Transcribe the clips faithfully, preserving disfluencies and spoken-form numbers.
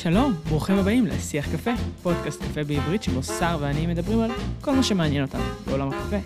שלום, ברוכים הבאים לשיח קפה, פודקאסט קפה בעברית שבו שר ואני מדברים על כל מה שמעניין אותנו בעולם הקפה.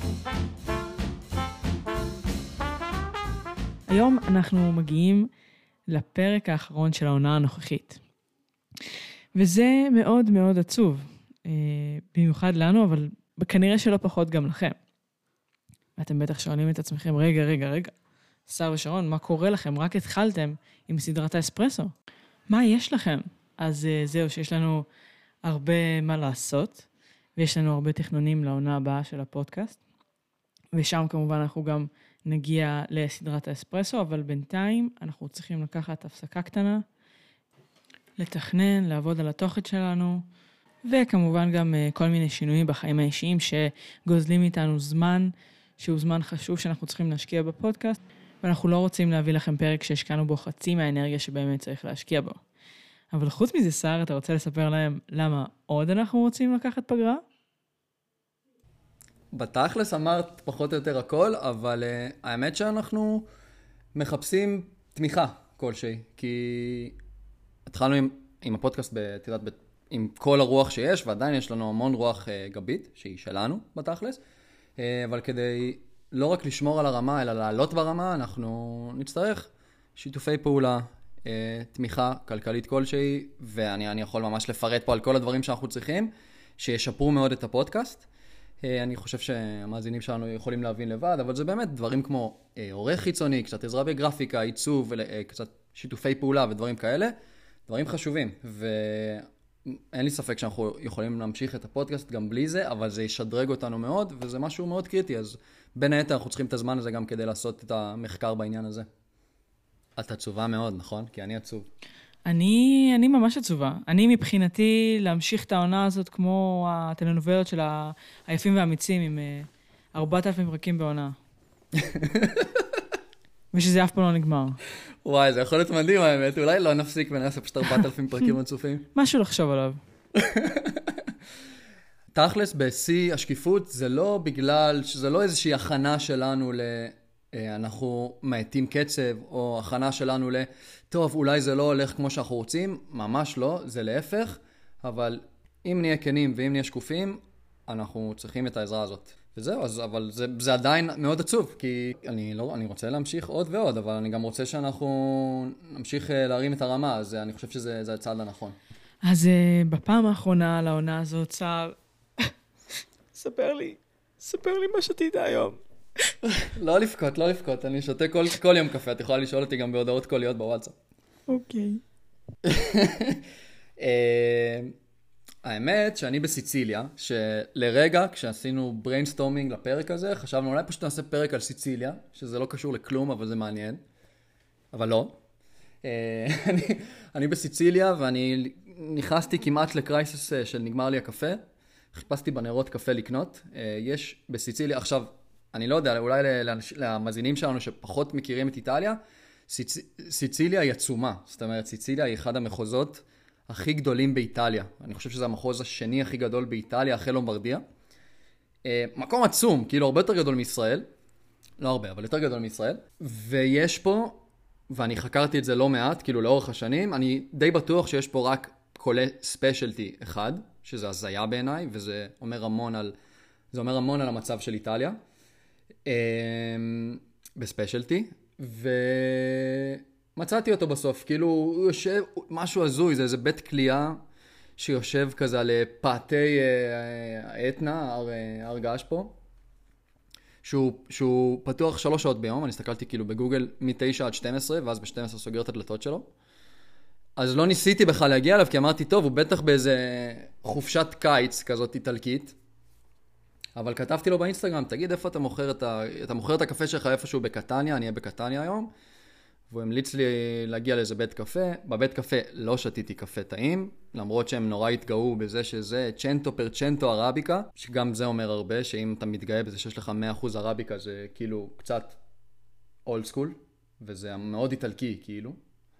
היום אנחנו מגיעים לפרק האחרון של העונה הנוכחית. וזה מאוד מאוד עצוב, במיוחד לנו, אבל כנראה שלא פחות גם לכם. ואתם בטח שואלים את עצמכם, רגע, רגע, רגע, שר ושרון, מה קורה לכם? רק התחלתם עם סדרת האספרסו. מה יש לכם? אז זהו, שיש לנו הרבה מה לעשות, ויש לנו הרבה תכנונים לעונה הבאה של הפודקאסט, ושם כמובן אנחנו גם נגיע לסדרת האספרסו, אבל בינתיים אנחנו צריכים לקחת הפסקה קטנה, לתכנן, לעבוד על התוכן שלנו, וכמובן גם כל מיני שינויים בחיים האישיים שגוזלים איתנו זמן, שהוא זמן חשוב שאנחנו צריכים להשקיע בפודקאסט, ואנחנו לא רוצים להביא לכם פרק שהשקענו בו חצי מהאנרגיה שבאמת צריך להשקיע בו. אבל חוץ מזה, שר, אתה רוצה לספר להם למה עוד אנחנו רוצים לקחת פגרה? בתכלס אמרת פחות או יותר הכל, אבל uh, האמת שאנחנו מחפשים תמיכה כלשהי, כי התחלנו עם, עם הפודקאסט בתדעת, עם כל הרוח שיש, ועדיין יש לנו המון רוח uh, גבית, שהיא שלנו בתכלס, uh, אבל כדי לא רק לשמור על הרמה, אלא לעלות ברמה, אנחנו נצטרך שיתופי פעולה, uh, תמיכה כלכלית כלשהי, ואני אני יכול ממש לפרט פה על כל הדברים שאנחנו צריכים, שישפרו מאוד את הפודקאסט. אני חושב שהמאזינים שלנו יכולים להבין לבד, אבל זה באמת דברים כמו עורך חיצוני, קצת עזרה בגרפיקה, עיצוב, קצת שיתופי פעולה ודברים כאלה, דברים חשובים. ואין לי ספק שאנחנו יכולים להמשיך את הפודקאסט גם בלי זה, אבל זה ישדרג אותנו מאוד, וזה משהו מאוד קריטי. אז בין היתר אנחנו צריכים את הזמן הזה גם כדי לעשות את המחקר בעניין הזה. את עצובה מאוד, נכון? כי אני עצוב. אני, אני ממש עצובה. אני מבחינתי להמשיך את העונה הזאת כמו הטלנובלות של היפים והאמיצים עם ארבעת אלפים פרקים בעונה. ושזה אף פעם לא נגמר. וואי, זה יכול להיות מדהים האמת. אולי לא נפסיק ונעשה פשוט ארבעת אלפים פרקים רצופים. משהו לחשוב עליו. תכלס, בשיא השקיפות, זה לא בגלל, שזה לא איזושהי הכנה שלנו ל... אנחנו מעטים קצב, או הכנה שלנו ל... טוב, אולי זה לא הולך כמו שאנחנו רוצים, ממש לא, זה להפך, אבל אם נהיה כנים ואם נהיה שקופים, אנחנו צריכים את העזרה הזאת. וזהו, אז, אבל זה, זה עדיין מאוד עצוב, כי אני, לא, אני רוצה להמשיך עוד ועוד, אבל אני גם רוצה שאנחנו נמשיך להרים את הרמה, אז אני חושב שזה זה הצעד הנכון. אז בפעם האחרונה על העונה הזאת, שר, ספר לי, ספר לי מה שתית היום. לא לפקוט, לא לפקוט, אני שותה כל, כל יום קפה, את יכולה לשאול אותי גם בהודעות קוליות בוואטסאפ. אוקיי. האמת שאני בסיציליה, שלרגע כשעשינו בריינסטורמינג לפרק הזה, חשבנו אולי פשוט נעשה פרק על סיציליה, שזה לא קשור לכלום, אבל זה מעניין. אבל לא. אני, אני בסיציליה ואני נכנסתי כמעט לקרייסס של נגמר לי הקפה, חיפשתי בנרות קפה לקנות. יש בסיציליה, עכשיו, אני לא יודע, אולי למאזינים שלנו שפחות מכירים את איטליה, סיצ... סיציליה היא עצומה. זאת אומרת, סיציליה היא אחד המחוזות הכי גדולים באיטליה. אני חושב שזה המחוז השני הכי גדול באיטליה, אחרי לומברדיה. מקום עצום, כאילו הרבה יותר גדול מישראל. לא הרבה, אבל יותר גדול מישראל. ויש פה, ואני חקרתי את זה לא מעט, כאילו לאורך השנים, אני די בטוח שיש פה רק קולה ספיישלטי אחד, שזה הזיה בעיניי, וזה אומר המון על, זה אומר המון על המצב של איטליה. בספיישלטי, ומצאתי אותו בסוף, כאילו הוא יושב, משהו הזוי, זה איזה בית קליעה שיושב כזה על פאתי האתנה, הר געש פה, שהוא, שהוא פתוח שלוש שעות ביום, אני הסתכלתי כאילו בגוגל מ-תשע עד שתים עשרה, ואז ב-שתים עשרה סוגר את הדלתות שלו, אז לא ניסיתי בכלל להגיע אליו, כי אמרתי, טוב, הוא בטח באיזה חופשת קיץ כזאת איטלקית, אבל כתבתי לו באינסטגרם, תגיד איפה אתה מוכר את, ה... אתה מוכר את הקפה שלך איפשהו בקטניה, אני אהיה בקטניה היום, והוא המליץ לי להגיע לאיזה בית קפה. בבית קפה לא שתיתי קפה טעים, למרות שהם נורא התגאו בזה שזה צ'נטו פר צ'נטו ערביקה, שגם זה אומר הרבה, שאם אתה מתגאה בזה שיש לך מאה אחוז ערביקה, זה כאילו קצת אולד סקול, וזה מאוד איטלקי כאילו.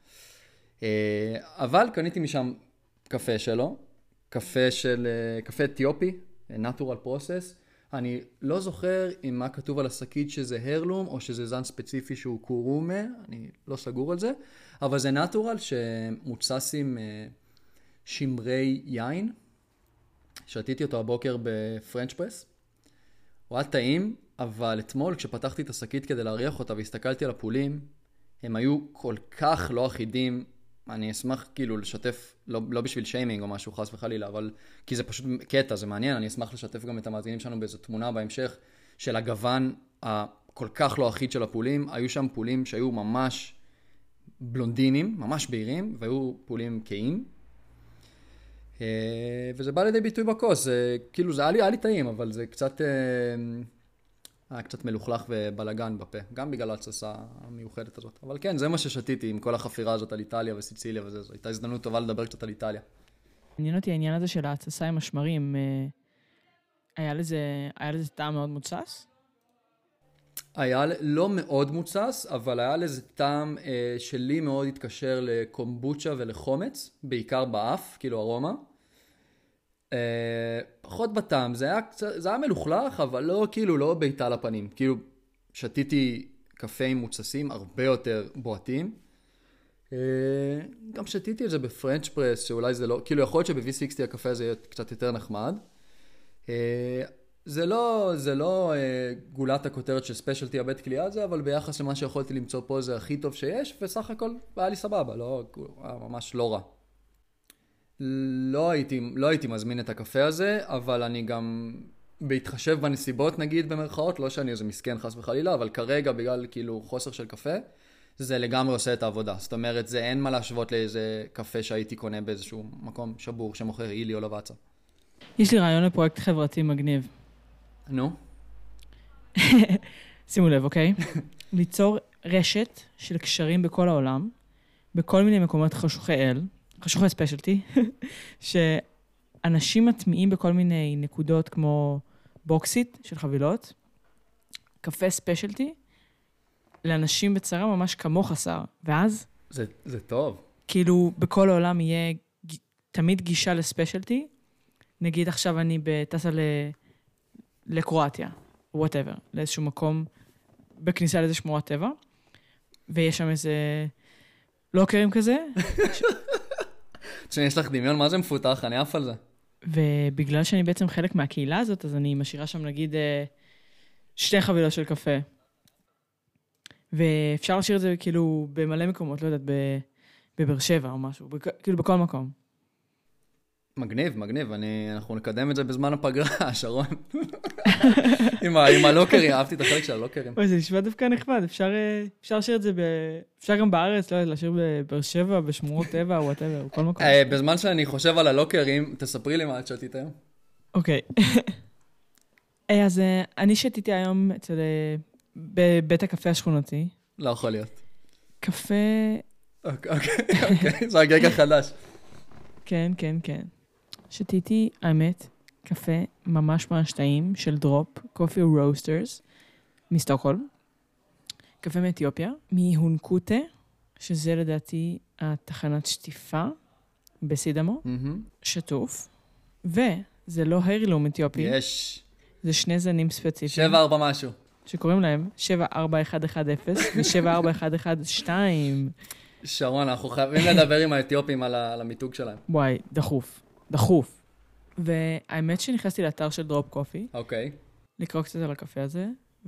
אבל קניתי משם קפה שלו, קפה של, קפה אתיופי, natural process. אני לא זוכר אם מה כתוב על השקית שזה הרלום או שזה זן ספציפי שהוא קורומה, אני לא סגור על זה, אבל זה נטורל שמוצס עם שמרי יין. שתיתי אותו הבוקר בפרנץ' פרס. הוא היה טעים, אבל אתמול כשפתחתי את השקית כדי להריח אותה והסתכלתי על הפולים, הם היו כל כך לא אחידים. אני אשמח כאילו לשתף, לא, לא בשביל שיימינג או משהו חס וחלילה, אבל כי זה פשוט קטע, זה מעניין. אני אשמח לשתף גם את המאזינים שלנו באיזו תמונה בהמשך של הגוון הכל כך לא אחיד של הפולים. היו שם פולים שהיו ממש בלונדינים, ממש בהירים, והיו פולים קיים. וזה בא לידי ביטוי בכוס. זה, כאילו זה היה לי, היה לי טעים, אבל זה קצת, היה קצת מלוכלך ובלגן בפה, גם בגלל ההתססה המיוחדת הזאת. אבל כן, זה מה ששתיתי עם כל החפירה הזאת על איטליה וסיציליה וזה. זו הייתה הזדמנות טובה לדבר קצת על איטליה. עניין אותי העניין הזה של ההתססה עם השמרים, היה לזה, היה לזה טעם מאוד מוצס? היה לא מאוד מוצס, אבל היה לזה טעם אה, שלי מאוד התקשר לקומבוצ'ה ולחומץ, בעיקר באף, כאילו ארומה. אה, פחות בטעם, זה היה, זה היה מלוכלך, אבל לא כאילו לא ביתה לפנים. כאילו שתיתי קפה עם מוצסים הרבה יותר בועטים. אה, גם שתיתי את זה בפרנץ' פרס, שאולי זה לא, כאילו יכול להיות שב-וי סיקסטי הקפה הזה יהיה קצת יותר נחמד. אה, זה לא, זה לא אה, גולת הכותרת של ספיישלטי הבית כלייה הזה, אבל ביחס למה שיכולתי למצוא פה זה הכי טוב שיש, וסך הכל היה לי סבבה, לא, היה ממש לא רע. לא הייתי, לא הייתי מזמין את הקפה הזה, אבל אני גם בהתחשב בנסיבות נגיד במרכאות, לא שאני איזה מסכן חס וחלילה, אבל כרגע בגלל כאילו חוסר של קפה, זה לגמרי עושה את העבודה. זאת אומרת, זה אין מה להשוות לאיזה קפה שהייתי קונה באיזשהו מקום שבור שמוכר אילי או לבצע. יש לי רעיון לפרויקט חברתי מגניב. נו? שימו לב, אוקיי? ליצור רשת של קשרים בכל העולם, בכל מיני מקומות חשוכי אל, חשוכי ספיישלטי, שאנשים מטמיעים בכל מיני נקודות כמו בוקסית של חבילות, קפה ספיישלטי, לאנשים בצרה ממש כמוך שר, ואז... זה, זה טוב. כאילו בכל העולם יהיה תמיד גישה לספיישלטי, נגיד עכשיו אני בטסה ל... לקרואטיה, whatever, לאיזשהו מקום, בכניסה לאיזה שמורת טבע, ויש שם איזה לוקרים כזה. שיש לך דמיון, מה זה מפותח? אני אף על זה. ובגלל שאני בעצם חלק מהקהילה הזאת, אז אני משאירה שם נגיד שתי חבילות של קפה. ואפשר להשאיר את זה כאילו במלא מקומות, לא יודעת, בבאר שבע או משהו, כאילו בכל מקום. מגניב, מגניב. אני, אנחנו נקדם את זה בזמן הפגרה, שרון. עם, ה, עם הלוקרים, אהבתי את החלק של הלוקרים. אוי, זה נשמע דווקא נחמד. אפשר, אפשר להשאיר את זה, ב... אפשר גם בארץ, לא יודעת, להשאיר בבאר שבע, בשמורות טבע, או whatever, בכל מקום. בזמן שאני חושב על הלוקרים, תספרי לי מה את שתית היום. אוקיי. אז אני שתיתי היום אצל, בבית הקפה השכונתי. לא יכול להיות. קפה... אוקיי, אוקיי, זה הגג החדש. כן, כן, כן. שתיתי, האמת, קפה ממש ממש טעים של דרופ, קופי רוסטרס, מסטוקהולם. קפה מאתיופיה, מהונקוטה, שזה לדעתי התחנת שטיפה בסידמו, Mm-hmm. שטוף, וזה לא הרילום אתיופי. יש. זה שני זנים ספציפיים. שבע ארבע משהו. שקוראים להם שבע ארבע אחת אחת אפס ו-שבע ארבע אחת אחת שתיים. שרון, אנחנו חייבים לדבר עם האתיופים על, ה- על המיתוג שלהם. וואי, דחוף, דחוף. והאמת שנכנסתי לאתר של דרופ קופי, אוקיי. לקרוא קצת על הקפה הזה,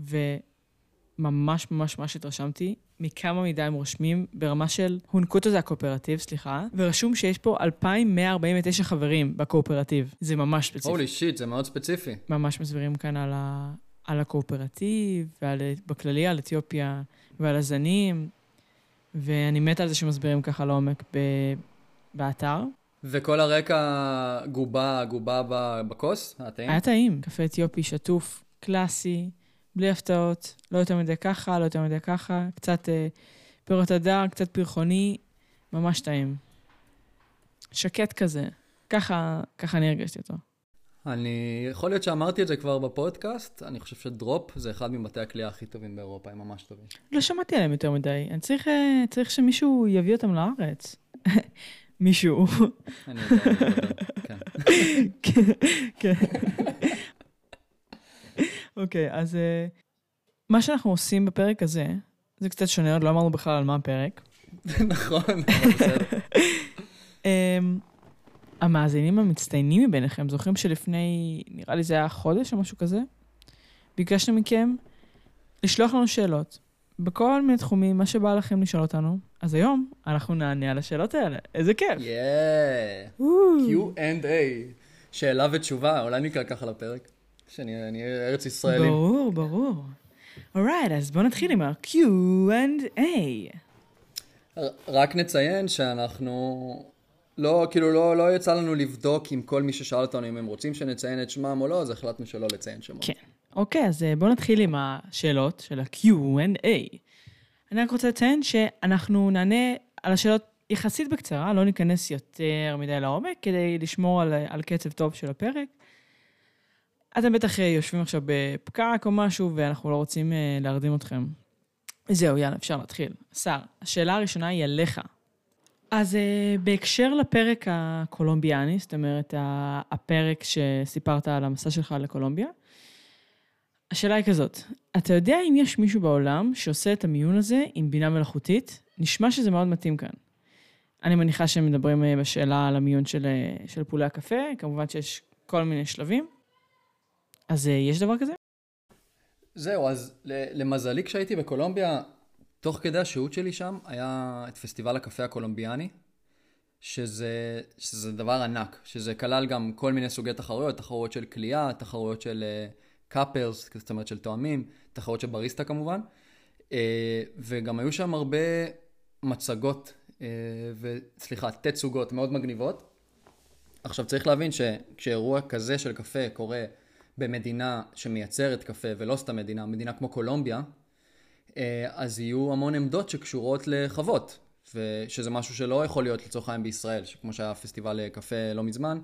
וממש ממש ממש התרשמתי מכמה מידה הם רושמים ברמה של הונקוטה זה הקואופרטיב, סליחה, ורשום שיש פה אלפיים מאה ארבעים ותשע חברים בקואופרטיב. זה ממש ספציפי. הולי שיט, זה מאוד ספציפי. ממש מסבירים כאן על, ה... על הקואופרטיב, ועל... בכללי על אתיופיה, ועל הזנים, ואני מת על זה שמסבירים ככה לעומק ב... באתר. וכל הרקע גובה, גובה בכוס? הטעים? היה טעים. קפה אתיופי שטוף, קלאסי, בלי הפתעות, לא יותר מדי ככה, לא יותר מדי ככה, קצת אה, פירות הדר, קצת פרחוני, ממש טעים. שקט כזה. ככה, ככה אני הרגשתי אותו. אני, יכול להיות שאמרתי את זה כבר בפודקאסט, אני חושב שדרופ זה אחד מבתי הכלייה הכי טובים באירופה, הם ממש טובים. לא שמעתי עליהם יותר מדי, אני צריך, צריך שמישהו יביא אותם לארץ. מישהו. אני יודע, אני יודע, כן. כן. אוקיי, אז מה שאנחנו עושים בפרק הזה, זה קצת שונה, עוד לא אמרנו בכלל על מה הפרק. נכון, בסדר. המאזינים המצטיינים מביניכם, זוכרים שלפני, נראה לי זה היה חודש או משהו כזה, ביקשנו מכם לשלוח לנו שאלות, בכל מיני תחומים, מה שבא לכם לשאול אותנו. אז היום אנחנו נענה על השאלות האלה. איזה כיף. Yeah. קיו אנד איי. שאלה ותשובה, אולי נקרא ככה לפרק. שאני אהיה ארץ ישראלי. ברור, ברור. Alright, אז בואו נתחיל עם ה-קיו אנד איי. רק נציין שאנחנו לא, כאילו לא, לא יצא לנו לבדוק עם כל מי ששאל אותנו אם הם רוצים שנציין את שמם או לא, אז החלטנו שלא לציין שמות. כן. אוקיי, אז בואו נתחיל עם השאלות של ה-קיו אנד איי. אני רק רוצה לציין שאנחנו נענה על השאלות יחסית בקצרה, לא ניכנס יותר מדי לעומק, כדי לשמור על, על קצב טוב של הפרק. אתם בטח יושבים עכשיו בפקק או משהו, ואנחנו לא רוצים להרדים אתכם. זהו, יאללה, אפשר להתחיל. שר, השאלה הראשונה היא עליך. אז בהקשר לפרק הקולומביאני, זאת אומרת, הפרק שסיפרת על המסע שלך לקולומביה, השאלה היא כזאת, אתה יודע אם יש מישהו בעולם שעושה את המיון הזה עם בינה מלאכותית? נשמע שזה מאוד מתאים כאן. אני מניחה שהם מדברים בשאלה על המיון של, של פולי הקפה, כמובן שיש כל מיני שלבים. אז יש דבר כזה? זהו, אז למזלי כשהייתי בקולומביה, תוך כדי השהות שלי שם, היה את פסטיבל הקפה הקולומביאני, שזה, שזה דבר ענק, שזה כלל גם כל מיני סוגי תחרויות, תחרויות של קליעה, תחרויות של קאפרס, זאת אומרת של תואמים, תחרויות של בריסטה כמובן, וגם היו שם הרבה מצגות, וסליחה, תצוגות מאוד מגניבות. עכשיו צריך להבין שכשאירוע כזה של קפה קורה במדינה שמייצרת קפה, ולא סתם מדינה, מדינה כמו קולומביה, אז יהיו המון עמדות שקשורות לחוות, ושזה משהו שלא יכול להיות לצורך העניין בישראל, שכמו שהיה פסטיבל קפה לא מזמן,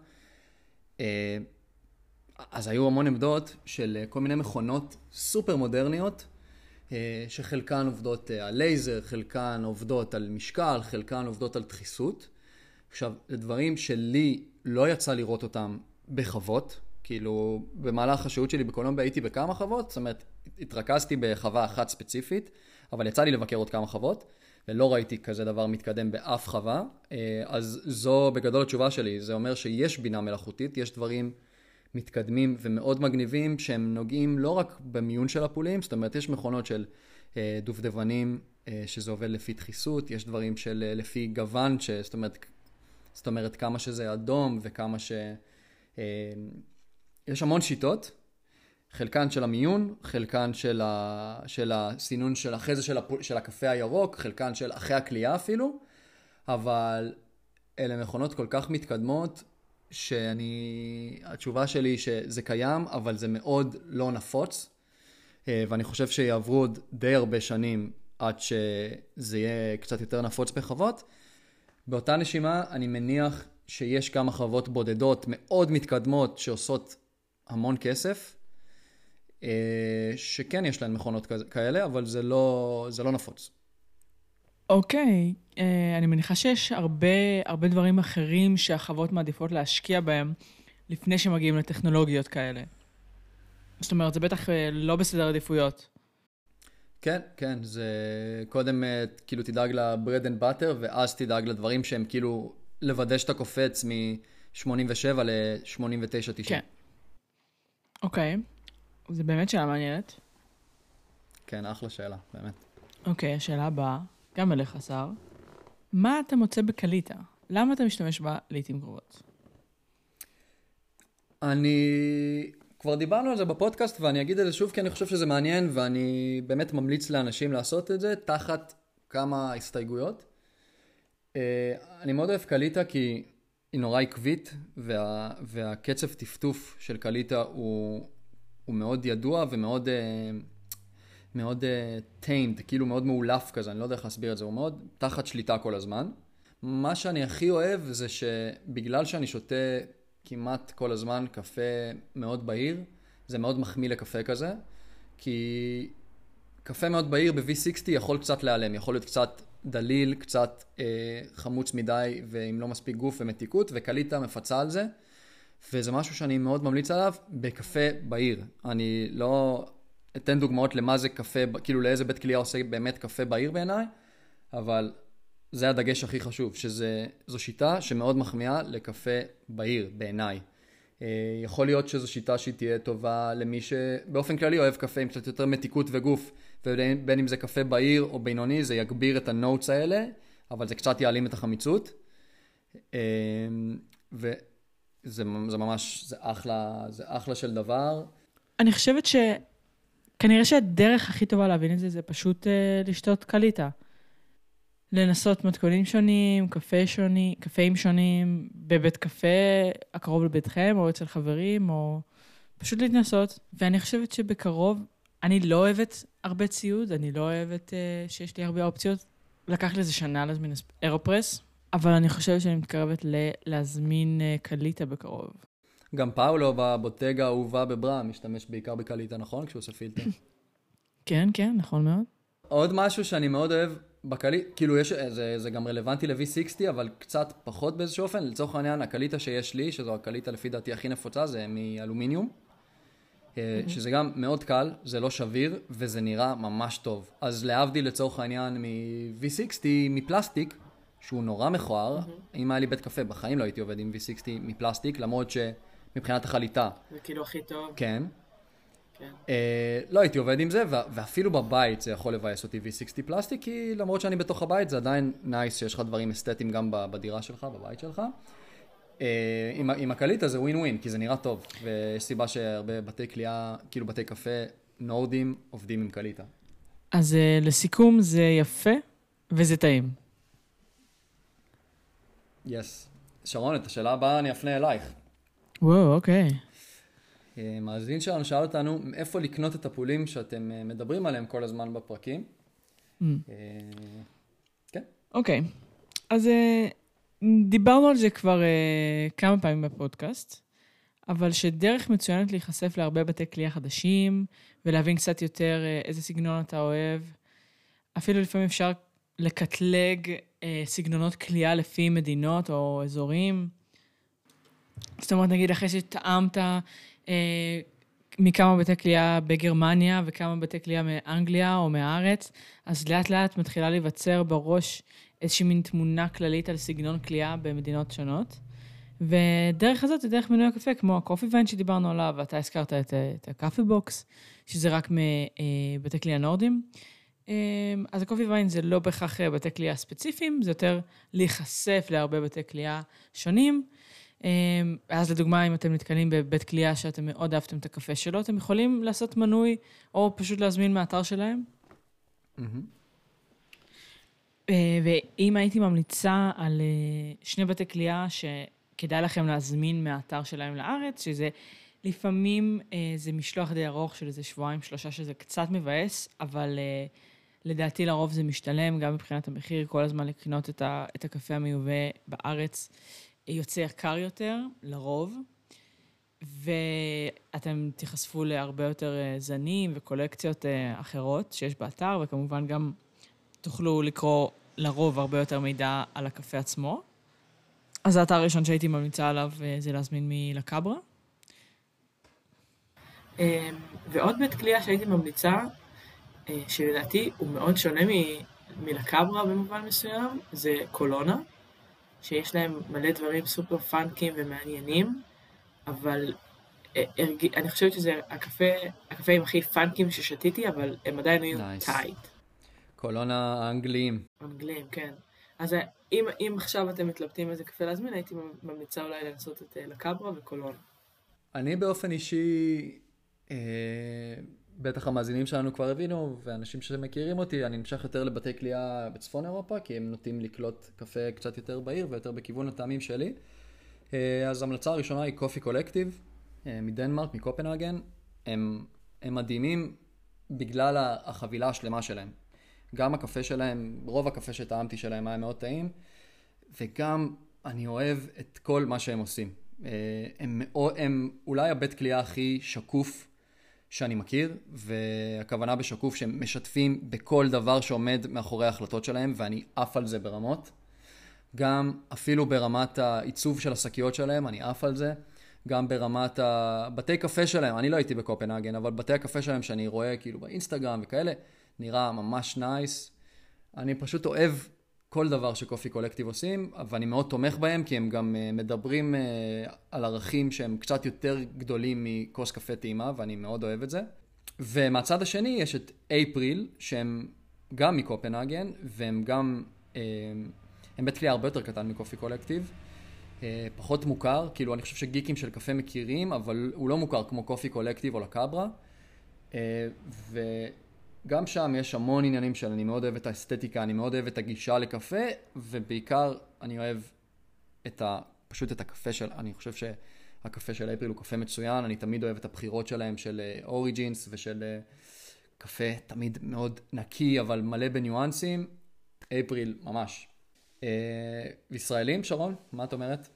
אז היו המון עמדות של כל מיני מכונות סופר מודרניות, שחלקן עובדות על לייזר, חלקן עובדות על משקל, חלקן עובדות על דחיסות. עכשיו, לדברים שלי לא יצא לראות אותם בחוות, כאילו במהלך השהות שלי בקולומביה הייתי בכמה חוות, זאת אומרת, התרכזתי בחווה אחת ספציפית, אבל יצא לי לבקר עוד כמה חוות, ולא ראיתי כזה דבר מתקדם באף חווה, אז זו בגדול התשובה שלי, זה אומר שיש בינה מלאכותית, יש דברים מתקדמים ומאוד מגניבים שהם נוגעים לא רק במיון של הפולים, זאת אומרת יש מכונות של דובדבנים שזה עובד לפי דחיסות, יש דברים של לפי גוון, זאת אומרת, זאת אומרת כמה שזה אדום וכמה ש... יש המון שיטות, חלקן של המיון, חלקן של, ה... של הסינון של אחרי זה של, הפ... של הקפה הירוק, חלקן של אחרי הקליעה אפילו, אבל אלה מכונות כל כך מתקדמות, שאני, התשובה שלי שזה קיים, אבל זה מאוד לא נפוץ, ואני חושב שיעברו עוד די הרבה שנים עד שזה יהיה קצת יותר נפוץ בחוות. באותה נשימה אני מניח שיש כמה חוות בודדות מאוד מתקדמות שעושות המון כסף, שכן יש להן מכונות כאלה, אבל זה לא, זה לא נפוץ. אוקיי, okay. uh, אני מניחה שיש הרבה, הרבה דברים אחרים שהחוות מעדיפות להשקיע בהם לפני שמגיעים לטכנולוגיות כאלה. זאת אומרת, זה בטח uh, לא בסדר עדיפויות. כן, כן, זה קודם uh, כאילו תדאג לברד אנד באטר, ואז תדאג לדברים שהם כאילו לוודא שאתה קופץ מ-שמונים ושבע ל-שמונים ותשע תשעים. כן. אוקיי, okay. זה באמת שאלה מעניינת. כן, אחלה שאלה, באמת. אוקיי, okay, השאלה הבאה. גם אליך, שר. מה אתה מוצא בקליטה? למה אתה משתמש בה לעתים קרובות? אני... כבר דיברנו על זה בפודקאסט, ואני אגיד את זה שוב, כי אני חושב שזה מעניין, ואני באמת ממליץ לאנשים לעשות את זה, תחת כמה הסתייגויות. אני מאוד אוהב קליטה, כי היא נורא עקבית, וה... והקצב טפטוף של קליטה הוא, הוא מאוד ידוע, ומאוד... מאוד uh, tamed, כאילו מאוד מאולף כזה, אני לא יודע איך להסביר את זה, הוא מאוד תחת שליטה כל הזמן. מה שאני הכי אוהב זה שבגלל שאני שותה כמעט כל הזמן קפה מאוד בהיר, זה מאוד מחמיא לקפה כזה, כי קפה מאוד בהיר ב-וי סיקסטי יכול קצת להיעלם, יכול להיות קצת דליל, קצת uh, חמוץ מדי ואם לא מספיק גוף ומתיקות, וקליטה מפצה על זה, וזה משהו שאני מאוד ממליץ עליו בקפה בהיר. אני לא... אתן דוגמאות למה זה קפה, כאילו לאיזה בית קליעה עושה באמת קפה בהיר בעיניי, אבל זה הדגש הכי חשוב, שזו שיטה שמאוד מחמיאה לקפה בעיר, בעיניי. יכול להיות שזו שיטה שהיא תהיה טובה למי שבאופן כללי אוהב קפה עם קצת יותר מתיקות וגוף, ובין אם זה קפה בעיר או בינוני, זה יגביר את הנוטס האלה, אבל זה קצת יעלים את החמיצות. וזה זה ממש, זה אחלה, זה אחלה של דבר. אני חושבת שכנראה שהדרך הכי טובה להבין את זה, זה פשוט uh, לשתות קליטה. לנסות מתכונים שונים, קפה שוני, קפאים שונים, בבית קפה הקרוב לביתכם, או אצל חברים, או פשוט להתנסות. ואני חושבת שבקרוב, אני לא אוהבת הרבה ציוד, אני לא אוהבת uh, שיש לי הרבה אופציות. לקח לזה שנה להזמין אירופרס, אבל אני חושבת שאני מתקרבת ל- להזמין uh, קליטה בקרוב. גם פאולו בבוטגה האהובה בבראה, משתמש בעיקר בקליטה, נכון? כשהוא עושה פילטר. כן, כן, נכון מאוד. עוד משהו שאני מאוד אוהב בקליטה, כאילו יש, זה, זה גם רלוונטי ל-וי סיקסטי, אבל קצת פחות באיזשהו אופן. לצורך העניין, הקליטה שיש לי, שזו הקליטה לפי דעתי הכי נפוצה, זה מאלומיניום, mm-hmm. שזה גם מאוד קל, זה לא שביר, וזה נראה ממש טוב. אז להבדיל לצורך העניין מ-וי סיקסטי, מפלסטיק, שהוא נורא מכוער, mm-hmm. אם היה לי בית קפה, בחיים לא הייתי עובד עם וי סיקסטי מפלסטיק, למרות שמבחינת החליטה. זה כאילו הכי טוב. כן. כן. אה, לא הייתי עובד עם זה, ואפילו בבית זה יכול לבייס אותי וי סיקסטי פלסטיק, כי למרות שאני בתוך הבית, זה עדיין נייס שיש לך דברים אסתטיים גם בדירה שלך, בבית שלך. אה, עם, עם הקליטה זה ווין ווין, כי זה נראה טוב, ויש סיבה שהרבה בתי קליעה, כאילו בתי קפה נורדים, עובדים עם קליטה. אז uh, לסיכום זה יפה, וזה טעים. יס. שרון, את השאלה הבאה אני אפנה אלייך. וואו, אוקיי. מאזין שלנו שאל אותנו איפה לקנות את הפולים שאתם מדברים עליהם כל הזמן בפרקים. Mm. כן. אוקיי. אז דיברנו על זה כבר כמה פעמים בפודקאסט, אבל שדרך מצוינת להיחשף להרבה בתי קליעה חדשים, ולהבין קצת יותר איזה סגנון אתה אוהב. אפילו לפעמים אפשר לקטלג סגנונות קליעה לפי מדינות או אזורים. זאת אומרת, נגיד, אחרי שטעמת אה, מכמה בתי קליעה בגרמניה וכמה בתי קליעה מאנגליה או מהארץ, אז לאט לאט מתחילה להיווצר בראש איזושהי מין תמונה כללית על סגנון קליעה במדינות שונות. ודרך הזאת זה דרך מנוי הקפה, כמו הקופי ויין שדיברנו עליו, ואתה הזכרת את, את הקאפי בוקס, שזה רק מבתי קליעה נורדים. אז הקופי ויין זה לא בהכרח בתי קליעה ספציפיים, זה יותר להיחשף להרבה בתי קליעה שונים. אז לדוגמה, אם אתם נתקלים בבית קליעה שאתם מאוד אהבתם את הקפה שלו, אתם יכולים לעשות מנוי, או פשוט להזמין מהאתר שלהם. ואם הייתי ממליצה על שני בתי קליעה שכדאי לכם להזמין מהאתר שלהם לארץ, שזה לפעמים זה משלוח די ארוך של איזה שבועיים, שלושה, שזה קצת מבאס, אבל לדעתי לרוב זה משתלם, גם מבחינת המחיר, כל הזמן לקנות את הקפה המיובא בארץ, יוצא יקר יותר, לרוב, ואתם תיחשפו להרבה יותר זנים וקולקציות אחרות שיש באתר, וכמובן גם תוכלו לקרוא לרוב הרבה יותר מידע על הקפה עצמו. אז האתר הראשון שהייתי ממליצה עליו זה להזמין מלקברה. ועוד בית קליעה שהייתי ממליצה, שלדעתי הוא מאוד שונה מלקברה במובן מסוים, זה קולונה. שיש להם מלא דברים סופר פאנקים ומעניינים, אבל אני חושבת שזה הקפה, הקפאים הכי פאנקים ששתיתי, אבל הם עדיין היו טייט. קולונה האנגליים. אנגליים, כן. אז אם, אם עכשיו אתם מתלבטים איזה קפה להזמין, הייתי ממליצה אולי לנסות את לקברה וקולונה. אני באופן אישי, אה, בטח המאזינים שלנו כבר הבינו, ואנשים שמכירים אותי, אני נמשך יותר לבתי קליעה בצפון אירופה, כי הם נוטים לקלוט קפה קצת יותר בעיר, ויותר בכיוון הטעמים שלי. אז המלצה הראשונה היא קופי קולקטיב, מדנמרק, מקופנהגן. הם, הם מדהימים בגלל החבילה השלמה שלהם. גם הקפה שלהם, רוב הקפה שטעמתי שלהם היה מאוד טעים, וגם אני אוהב את כל מה שהם עושים. הם, הם אולי הבית קליעה הכי שקוף שאני מכיר, והכוונה בשקוף שהם משתפים בכל דבר שעומד מאחורי ההחלטות שלהם, ואני אף על זה ברמות. גם אפילו ברמת העיצוב של השקיות שלהם, אני אף על זה. גם ברמת הבתי קפה שלהם, אני לא הייתי בקופנהגן, אבל בתי הקפה שלהם שאני רואה כאילו באינסטגרם וכאלה, נראה ממש נייס. אני פשוט אוהב כל דבר שקופי קולקטיב עושים, ואני מאוד תומך בהם, כי הם גם מדברים על ערכים שהם קצת יותר גדולים מכוס קפה טעימה, ואני מאוד אוהב את זה. ומהצד השני יש את אפריל, שהם גם מקופנהגן, והם גם, הם בית קלייה הרבה יותר קטן מקופי קולקטיב, פחות מוכר, כאילו אני חושב שגיקים של קפה מכירים, אבל הוא לא מוכר כמו קופי קולקטיב או לקברה, וגם שם יש המון עניינים של אני מאוד אוהב את האסתטיקה, אני מאוד אוהב את הגישה לקפה, ובעיקר אני אוהב את ה, פשוט את הקפה של, אני חושב שהקפה של אפריל הוא קפה מצוין, אני תמיד אוהב את הבחירות שלהם של אוריג'ינס ושל קפה תמיד מאוד נקי, אבל מלא בניואנסים, אפריל ממש. ישראלים, שרון, מה את אומרת?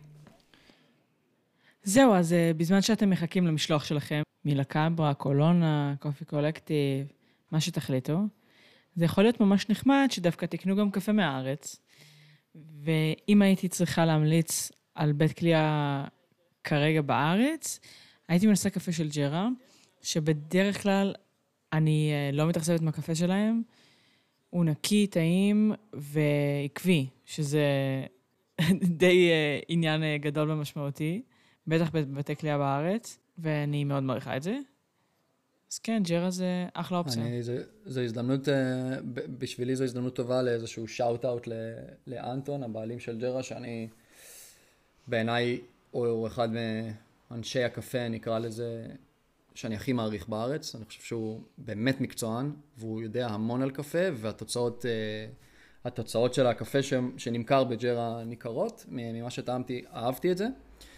זהו, אז בזמן שאתם מחכים למשלוח שלכם, מלקברה, קולונה, קופי קולקטיב, מה שתחליטו, זה יכול להיות ממש נחמד שדווקא תקנו גם קפה מהארץ, ואם הייתי צריכה להמליץ על בית קלייה כרגע בארץ, הייתי מנסה קפה של ג'רה, שבדרך כלל אני לא מתאכזבת מהקפה שלהם, הוא נקי, טעים ועקבי, שזה די עניין גדול ומשמעותי, בטח בבתי קלייה בארץ, ואני מאוד מעריכה את זה. אז כן, ג'רה זה אחלה אופציה. אני, זה, זה הזדמנות, בשבילי זו הזדמנות טובה לאיזשהו שאוט-אוט לאנטון, הבעלים של ג'רה, שאני בעיניי, הוא אחד מאנשי הקפה, נקרא לזה, שאני הכי מעריך בארץ. אני חושב שהוא באמת מקצוען, והוא יודע המון על קפה, והתוצאות התוצאות של הקפה שנמכר בג'רה ניכרות. ממה שטעמתי, אהבתי את זה.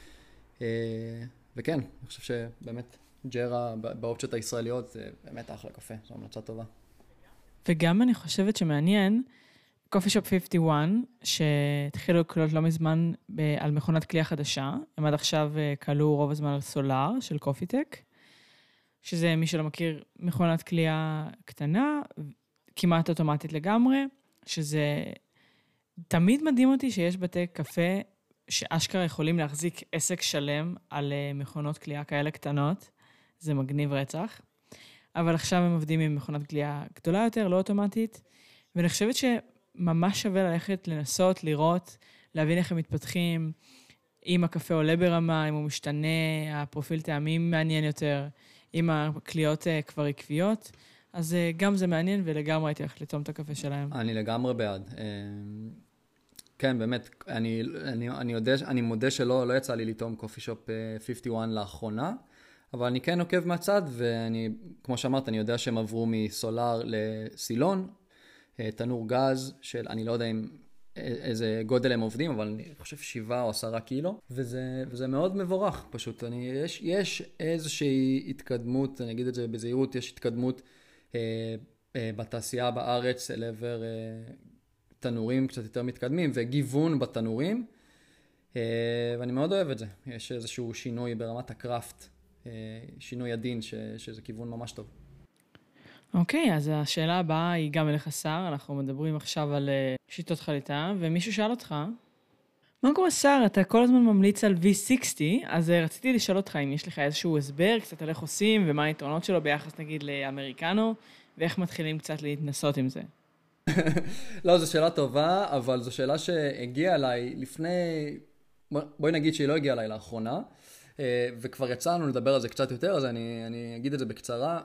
וכן, אני חושב שבאמת ג'רה באופציות הישראליות זה באמת אחלה קפה, זו המלצה טובה. וגם אני חושבת שמעניין, קופי שופ חמישים ואחת, שהתחילו לקלות לא מזמן על מכונת קלייה חדשה, הם עד עכשיו קלו רוב הזמן על סולר של קופיטק, שזה מי שלא מכיר מכונת קלייה קטנה, כמעט אוטומטית לגמרי, שזה תמיד מדהים אותי שיש בתי קפה שאשכרה יכולים להחזיק עסק שלם על מכונות קלייה כאלה קטנות, זה מגניב רצח, אבל עכשיו הם עובדים עם מכונת קלייה גדולה יותר, לא אוטומטית, ואני חושבת שממש שווה ללכת לנסות, לראות, להבין איך הם מתפתחים, אם הקפה עולה ברמה, אם הוא משתנה, הפרופיל טעמים מעניין יותר, אם הקליות כבר עקביות, אז גם זה מעניין ולגמרי הייתי הולך לטעום את הקפה שלהם. אני לגמרי בעד. כן, באמת, אני, אני, אני, יודע, אני מודה שלא לא יצא לי לטעום קופי שופ חמישים ואחת לאחרונה, אבל אני כן עוקב מהצד, ואני, כמו שאמרת, אני יודע שהם עברו מסולר לסילון, תנור גז של, אני לא יודע אם, איזה גודל הם עובדים, אבל אני חושב שבעה או עשרה קילו, וזה, וזה מאוד מבורך, פשוט. אני, יש, יש איזושהי התקדמות, אני אגיד את זה בזהירות, יש התקדמות אה, אה, בתעשייה בארץ, אל עבר אה, תנורים קצת יותר מתקדמים, וגיוון בתנורים, אה, ואני מאוד אוהב את זה. יש איזשהו שינוי ברמת הקראפט, אה, שינוי הדין, ש, שזה כיוון ממש טוב. אוקיי, אז השאלה הבאה היא גם אליך שר, אנחנו מדברים עכשיו על שיטות חליטה, ומישהו שאל אותך, מה קורה שר, אתה כל הזמן ממליץ על וי סיקסטי, אז רציתי לשאול אותך אם יש לך איזשהו הסבר, קצת על איך עושים, ומה היתרונות שלו ביחס נגיד לאמריקנו, ואיך מתחילים קצת להתנסות עם זה. לא, זו שאלה טובה, אבל זו שאלה שהגיעה אליי לפני, בואי נגיד שהיא לא הגיעה אליי לאחרונה, וכבר יצאנו לדבר על זה קצת יותר, אז אני, אני אגיד את זה בקצרה.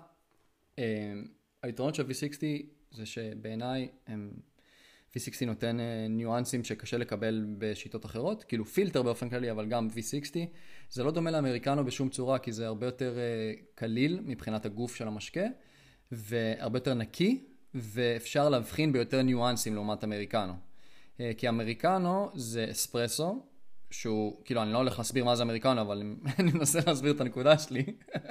היתרונות של וי סיקסטי זה שבעיניי וי סיקסטי נותן ניואנסים שקשה לקבל בשיטות אחרות, כאילו פילטר באופן כללי, אבל גם וי סיקסטי. זה לא דומה לאמריקנו בשום צורה, כי זה הרבה יותר קליל מבחינת הגוף של המשקה, והרבה יותר נקי, ואפשר להבחין ביותר ניואנסים לעומת אמריקנו. כי אמריקנו זה אספרסו, שהוא, כאילו אני לא הולך להסביר מה זה אמריקנו, אבל אני מנסה להסביר את הנקודה שלי.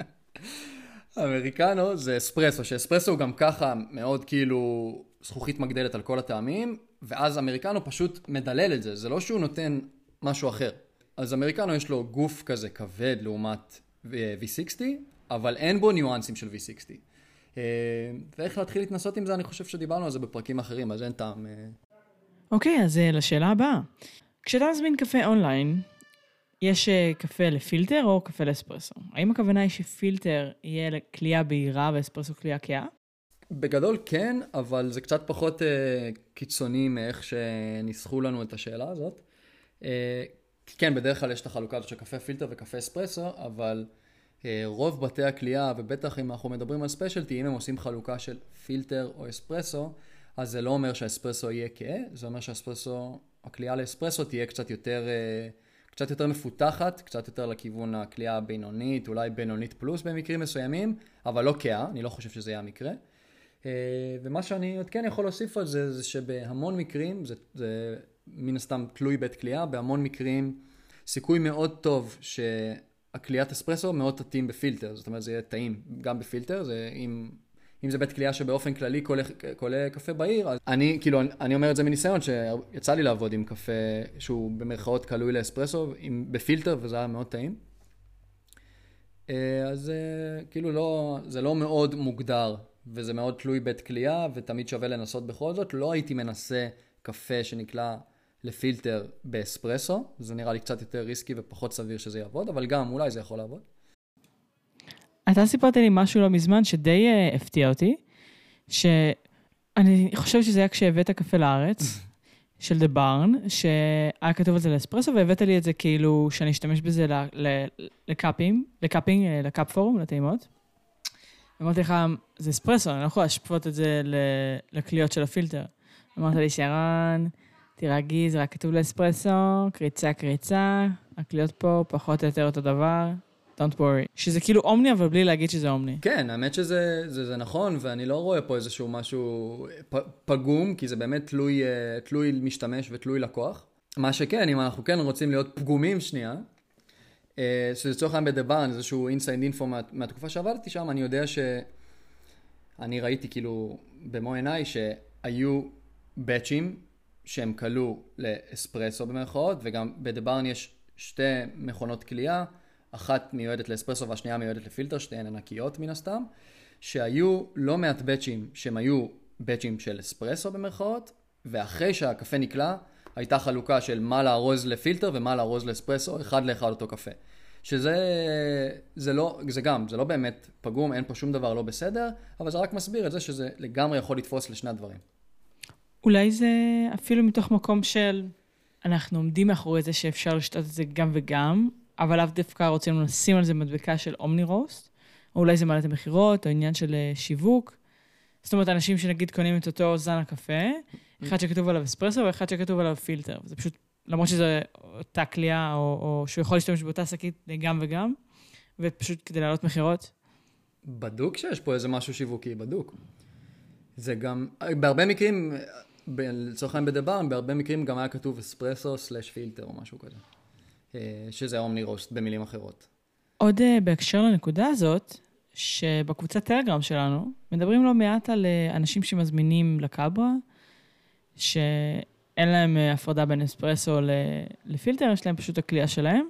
אמריקנו זה אספרסו, שאספרסו הוא גם ככה מאוד כאילו זכוכית מגדלת על כל הטעמים, ואז אמריקנו פשוט מדלל את זה, זה לא שהוא נותן משהו אחר. אז אמריקנו יש לו גוף כזה כבד לעומת וי סיקסטי, אבל אין בו ניואנסים של וי סיקסטי. ואיך להתחיל להתנסות עם זה, אני חושב שדיברנו על זה בפרקים אחרים, אז אין טעם. אוקיי, אז לשאלה הבאה. כשאתה מזמין קפה אונליין, יש קפה לפילטר או קפה לאספרסו? האם הכוונה היא שפילטר יהיה קלייה בהירה ואספרסו קלייה קאה? בגדול כן, אבל זה קצת פחות uh, קיצוני מאיך שניסחו לנו את השאלה הזאת. כן, בדרך כלל יש את החלוקה הזאת של קפה פילטר וקפה אספרסו, אבל רוב בתי הקלייה, ובטח אם אנחנו מדברים על ספיישלטי, אם הם עושים חלוקה של פילטר או אספרסו, אז זה לא אומר שהאספרסו יהיה כהה, זה אומר שהאספרסו, הקלייה לאספרסו תהיה קצת יותר, קצת יותר מפותחת, קצת יותר לכיוון הקלייה הבינונית, אולי בינונית פלוס במקרים מסוימים, אבל לא כהה, אני לא חושב שזה יהיה המקרה. ומה שאני עוד כן יכול להוסיף על זה, זה שבהמון מקרים, זה, זה מן הסתם תלוי בית קלייה, בהמון מקרים סיכוי מאוד טוב שהקליית אספרסו מאוד תתאים בפילטר, זאת אומרת זה יהיה טעים גם בפילטר, זה אם, אם זה בית קלייה שבאופן כללי קולה, קולה קפה בעיר, אז אני, כאילו, אני אומר את זה מניסיון שיצא לי לעבוד עם קפה שהוא במרכאות קלוי לאספרסו, עם, בפילטר, וזה היה מאוד טעים. אז כאילו לא, זה לא מאוד מוגדר, וזה מאוד תלוי בית קלייה, ותמיד שווה לנסות בכל זאת. לא הייתי מנסה קפה שנקלע לפילטר באספרסו, זה נראה לי קצת יותר ריסקי ופחות סביר שזה יעבוד, אבל גם אולי זה יכול לעבוד. אתה סיפרת לי משהו לא מזמן שדי uh, הפתיע אותי, שאני חושבת שזה היה כשהבאת קפה לארץ, של The Barn, שהיה כתוב על זה לאספרסו, והבאת לי את זה כאילו שאני אשתמש בזה לקאפים, לקאפינג, לקאפ פורום, לטעימות. אמרתי לך, זה אספרסו, אני לא יכולה לשפוט את זה לקליות של הפילטר. אמרת לי, שרן, תירגעי, זה רק כתוב לאספרסו, קריצה, קריצה, הקליות פה פחות או יותר אותו דבר, don't worry. שזה כאילו אומני, אבל בלי להגיד שזה אומני. כן, האמת שזה זה, זה נכון, ואני לא רואה פה איזשהו משהו פגום, כי זה באמת תלוי, תלוי משתמש ותלוי לקוח. מה שכן, אם אנחנו כן רוצים להיות פגומים שנייה, שזה צורך להם בדברן, איזשהו אינסייד אינפו מה, מהתקופה שעבדתי שם, אני יודע שאני ראיתי כאילו במו עיניי שהיו בצ'ים שהם קלו לאספרסו במרכאות, וגם בדברן יש שתי מכונות קלייה, אחת מיועדת לאספרסו והשנייה מיועדת לפילטר, שתיהן ענקיות מן הסתם, שהיו לא מעט בצ'ים שהם היו בצ'ים של אספרסו במרכאות, ואחרי שהקפה נקלע, הייתה חלוקה של מה לארוז לפילטר ומה לארוז לאספרסו, אחד לאחד אותו קפה. שזה זה לא, זה גם, זה לא באמת פגום, אין פה שום דבר לא בסדר, אבל זה רק מסביר את זה שזה לגמרי יכול לתפוס לשני הדברים. אולי זה אפילו מתוך מקום של, אנחנו עומדים מאחורי זה שאפשר לשתות את זה גם וגם, אבל לאו דווקא רוצים לשים על זה מדבקה של אומני רוסט, או אולי זה מעלה את המחירות, או עניין של שיווק. זאת אומרת, אנשים שנגיד קונים את אותו זן הקפה, אחד שכתוב עליו אספרסו, ואחד שכתוב עליו פילטר. זה פשוט, למרות שזה אותה קלייה, או, או שהוא יכול להשתמש באותה שקית גם וגם, ופשוט כדי להעלות מחירות. בדוק שיש פה איזה משהו שיווקי, בדוק. זה גם, בהרבה מקרים, לצורך העניין בדבר, בהרבה מקרים גם היה כתוב אספרסו סלש פילטר או משהו כזה. שזה אומני רוסט במילים אחרות. עוד בהקשר לנקודה הזאת, שבקבוצת טלגרם שלנו, מדברים לא מעט על אנשים שמזמינים לקברה, שאין להם הפרדה בין אספרסו לפילטר, יש להם פשוט הקלייה שלהם.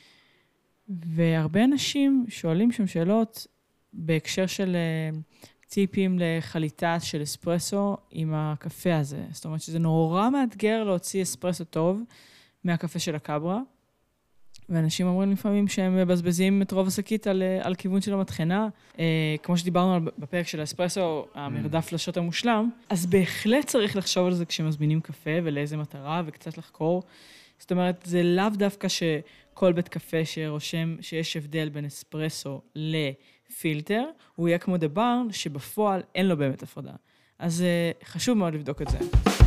והרבה אנשים שואלים שם שאלות בהקשר של טיפים לחליטה של אספרסו עם הקפה הזה. זאת אומרת שזה נורא מאתגר להוציא אספרסו טוב מהקפה של הקברה, ואנשים אומרים לפעמים שהם מבזבזים את רוב השקית על, על כיוון של המטחנה. אה, כמו שדיברנו בפרק של האספרסו, המרדף לשוט המושלם, אז בהחלט צריך לחשוב על זה כשמזמינים קפה ולאיזה מטרה וקצת לחקור. זאת אומרת, זה לאו דווקא שכל בית קפה שרושם שיש הבדל בין אספרסו לפילטר, הוא יהיה כמו The Barn, שבפועל אין לו באמת הפרדה. אז אה, חשוב מאוד לבדוק את זה.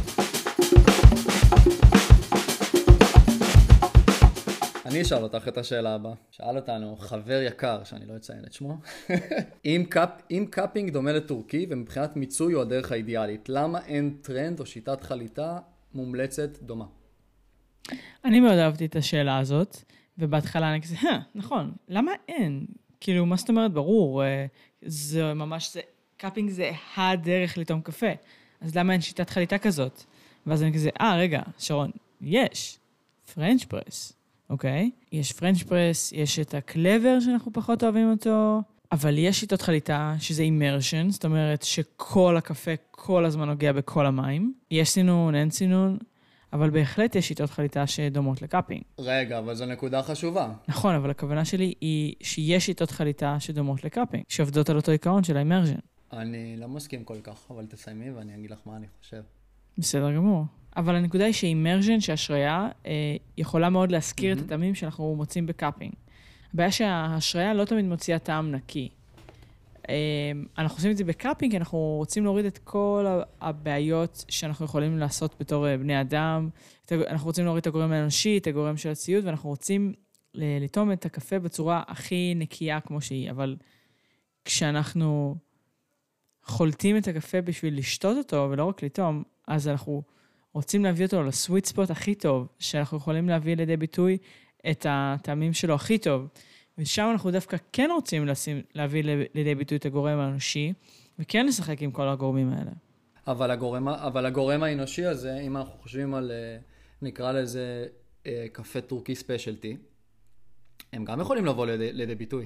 אני אשאל אותך את השאלה הבאה. שאל אותנו חבר יקר, שאני לא אציין את שמו. אם, קאפ, אם קאפינג דומה לטורקי, ומבחינת מיצוי הוא הדרך האידיאלית, למה אין טרנד או שיטת חליטה מומלצת דומה? אני מאוד אהבתי את השאלה הזאת, ובהתחלה אני כזה, נכון, למה אין? כאילו, מה זאת אומרת? ברור, זה ממש, זה, קאפינג זה הדרך לטעום קפה, אז למה אין שיטת חליטה כזאת? ואז אני כזה, אה, רגע, שרון, יש, פרנץ' פרס. אוקיי? יש פרנץ' פרס, יש את הקלבר שאנחנו פחות אוהבים אותו, אבל יש שיטות חליטה שזה אימרשן, זאת אומרת שכל הקפה כל הזמן נוגע בכל המים. יש סינון, אין סינון, אבל בהחלט יש שיטות חליטה שדומות לקאפינג. רגע, אבל זו נקודה חשובה. נכון, אבל הכוונה שלי היא שיש שיטות חליטה שדומות לקאפינג, שעובדות על אותו עיקרון של האימרשן. אני לא מסכים כל כך, אבל תסיימי ואני אגיד לך מה אני חושב. בסדר גמור. אבל הנקודה היא שאימרז'ן, שההשריה, אה, יכולה מאוד להזכיר mm-hmm. את הטעמים שאנחנו מוצאים בקאפינג. הבעיה שההשריה לא תמיד מוציאה טעם נקי. אה, אנחנו עושים את זה בקאפינג, כי אנחנו רוצים להוריד את כל הבעיות שאנחנו יכולים לעשות בתור בני אדם. אנחנו רוצים להוריד את הגורם האנושי, את הגורם של הציוד, ואנחנו רוצים לטעום את הקפה בצורה הכי נקייה כמו שהיא. אבל כשאנחנו חולטים את הקפה בשביל לשתות אותו, ולא רק לטעום, אז אנחנו רוצים להביא אותו לסוויט ספוט הכי טוב, שאנחנו יכולים להביא לידי ביטוי את הטעמים שלו הכי טוב. ושם אנחנו דווקא כן רוצים לשים, להביא לידי ביטוי את הגורם האנושי, וכן לשחק עם כל הגורמים האלה. אבל הגורם, אבל הגורם האנושי הזה, אם אנחנו חושבים על, נקרא לזה, קפה טורקי ספיישלטי, הם גם יכולים לבוא לידי, לידי ביטוי.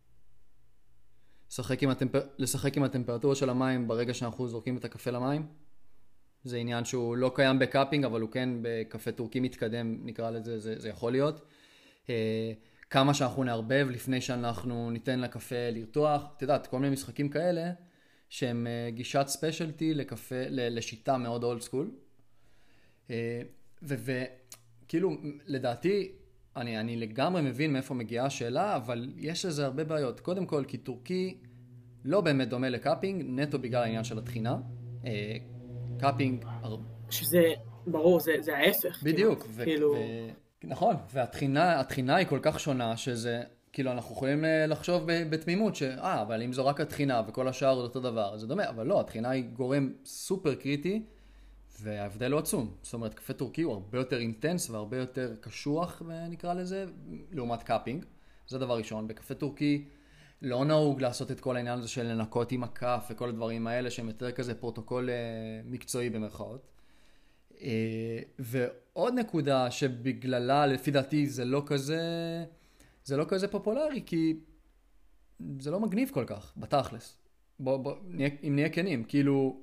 לשחק עם, הטמפ... לשחק עם הטמפרטורה של המים ברגע שאנחנו זורקים את הקפה למים. זה עניין שהוא לא קיים בקאפינג, אבל הוא כן בקפה טורקי מתקדם, נקרא לזה, זה, זה יכול להיות. אה, כמה שאנחנו נערבב לפני שאנחנו ניתן לקפה לרתוח. את יודעת, כל מיני משחקים כאלה, שהם אה, גישת ספיישלטי לקפה, ל, לשיטה מאוד אולד סקול. אה, וכאילו, לדעתי, אני, אני לגמרי מבין מאיפה מגיעה השאלה, אבל יש לזה הרבה בעיות. קודם כל, כי טורקי לא באמת דומה לקאפינג, נטו בגלל העניין של התחינה. אה, קאפינג... שזה, ברור, זה, זה ההפך. בדיוק. ו- כאילו... ו- נכון, והתחינה, התחינה היא כל כך שונה, שזה, כאילו, אנחנו יכולים לחשוב בתמימות, שאה, אבל אם זו רק התחינה וכל השאר זה אותו דבר, זה דומה, אבל לא, התחינה היא גורם סופר קריטי, וההבדל הוא עצום. זאת אומרת, קפה טורקי הוא הרבה יותר אינטנס והרבה יותר קשוח, נקרא לזה, לעומת קאפינג. זה דבר ראשון. בקפה טורקי לא נהוג לעשות את כל העניין הזה של לנקות עם הכף וכל הדברים האלה, שהם יותר כזה פרוטוקול מקצועי במרכאות. ועוד נקודה שבגללה, לפי דעתי, זה לא כזה, זה לא כזה פופולרי, כי זה לא מגניב כל כך, בתכלס. בוא, בוא, אם נהיה כנים, כאילו,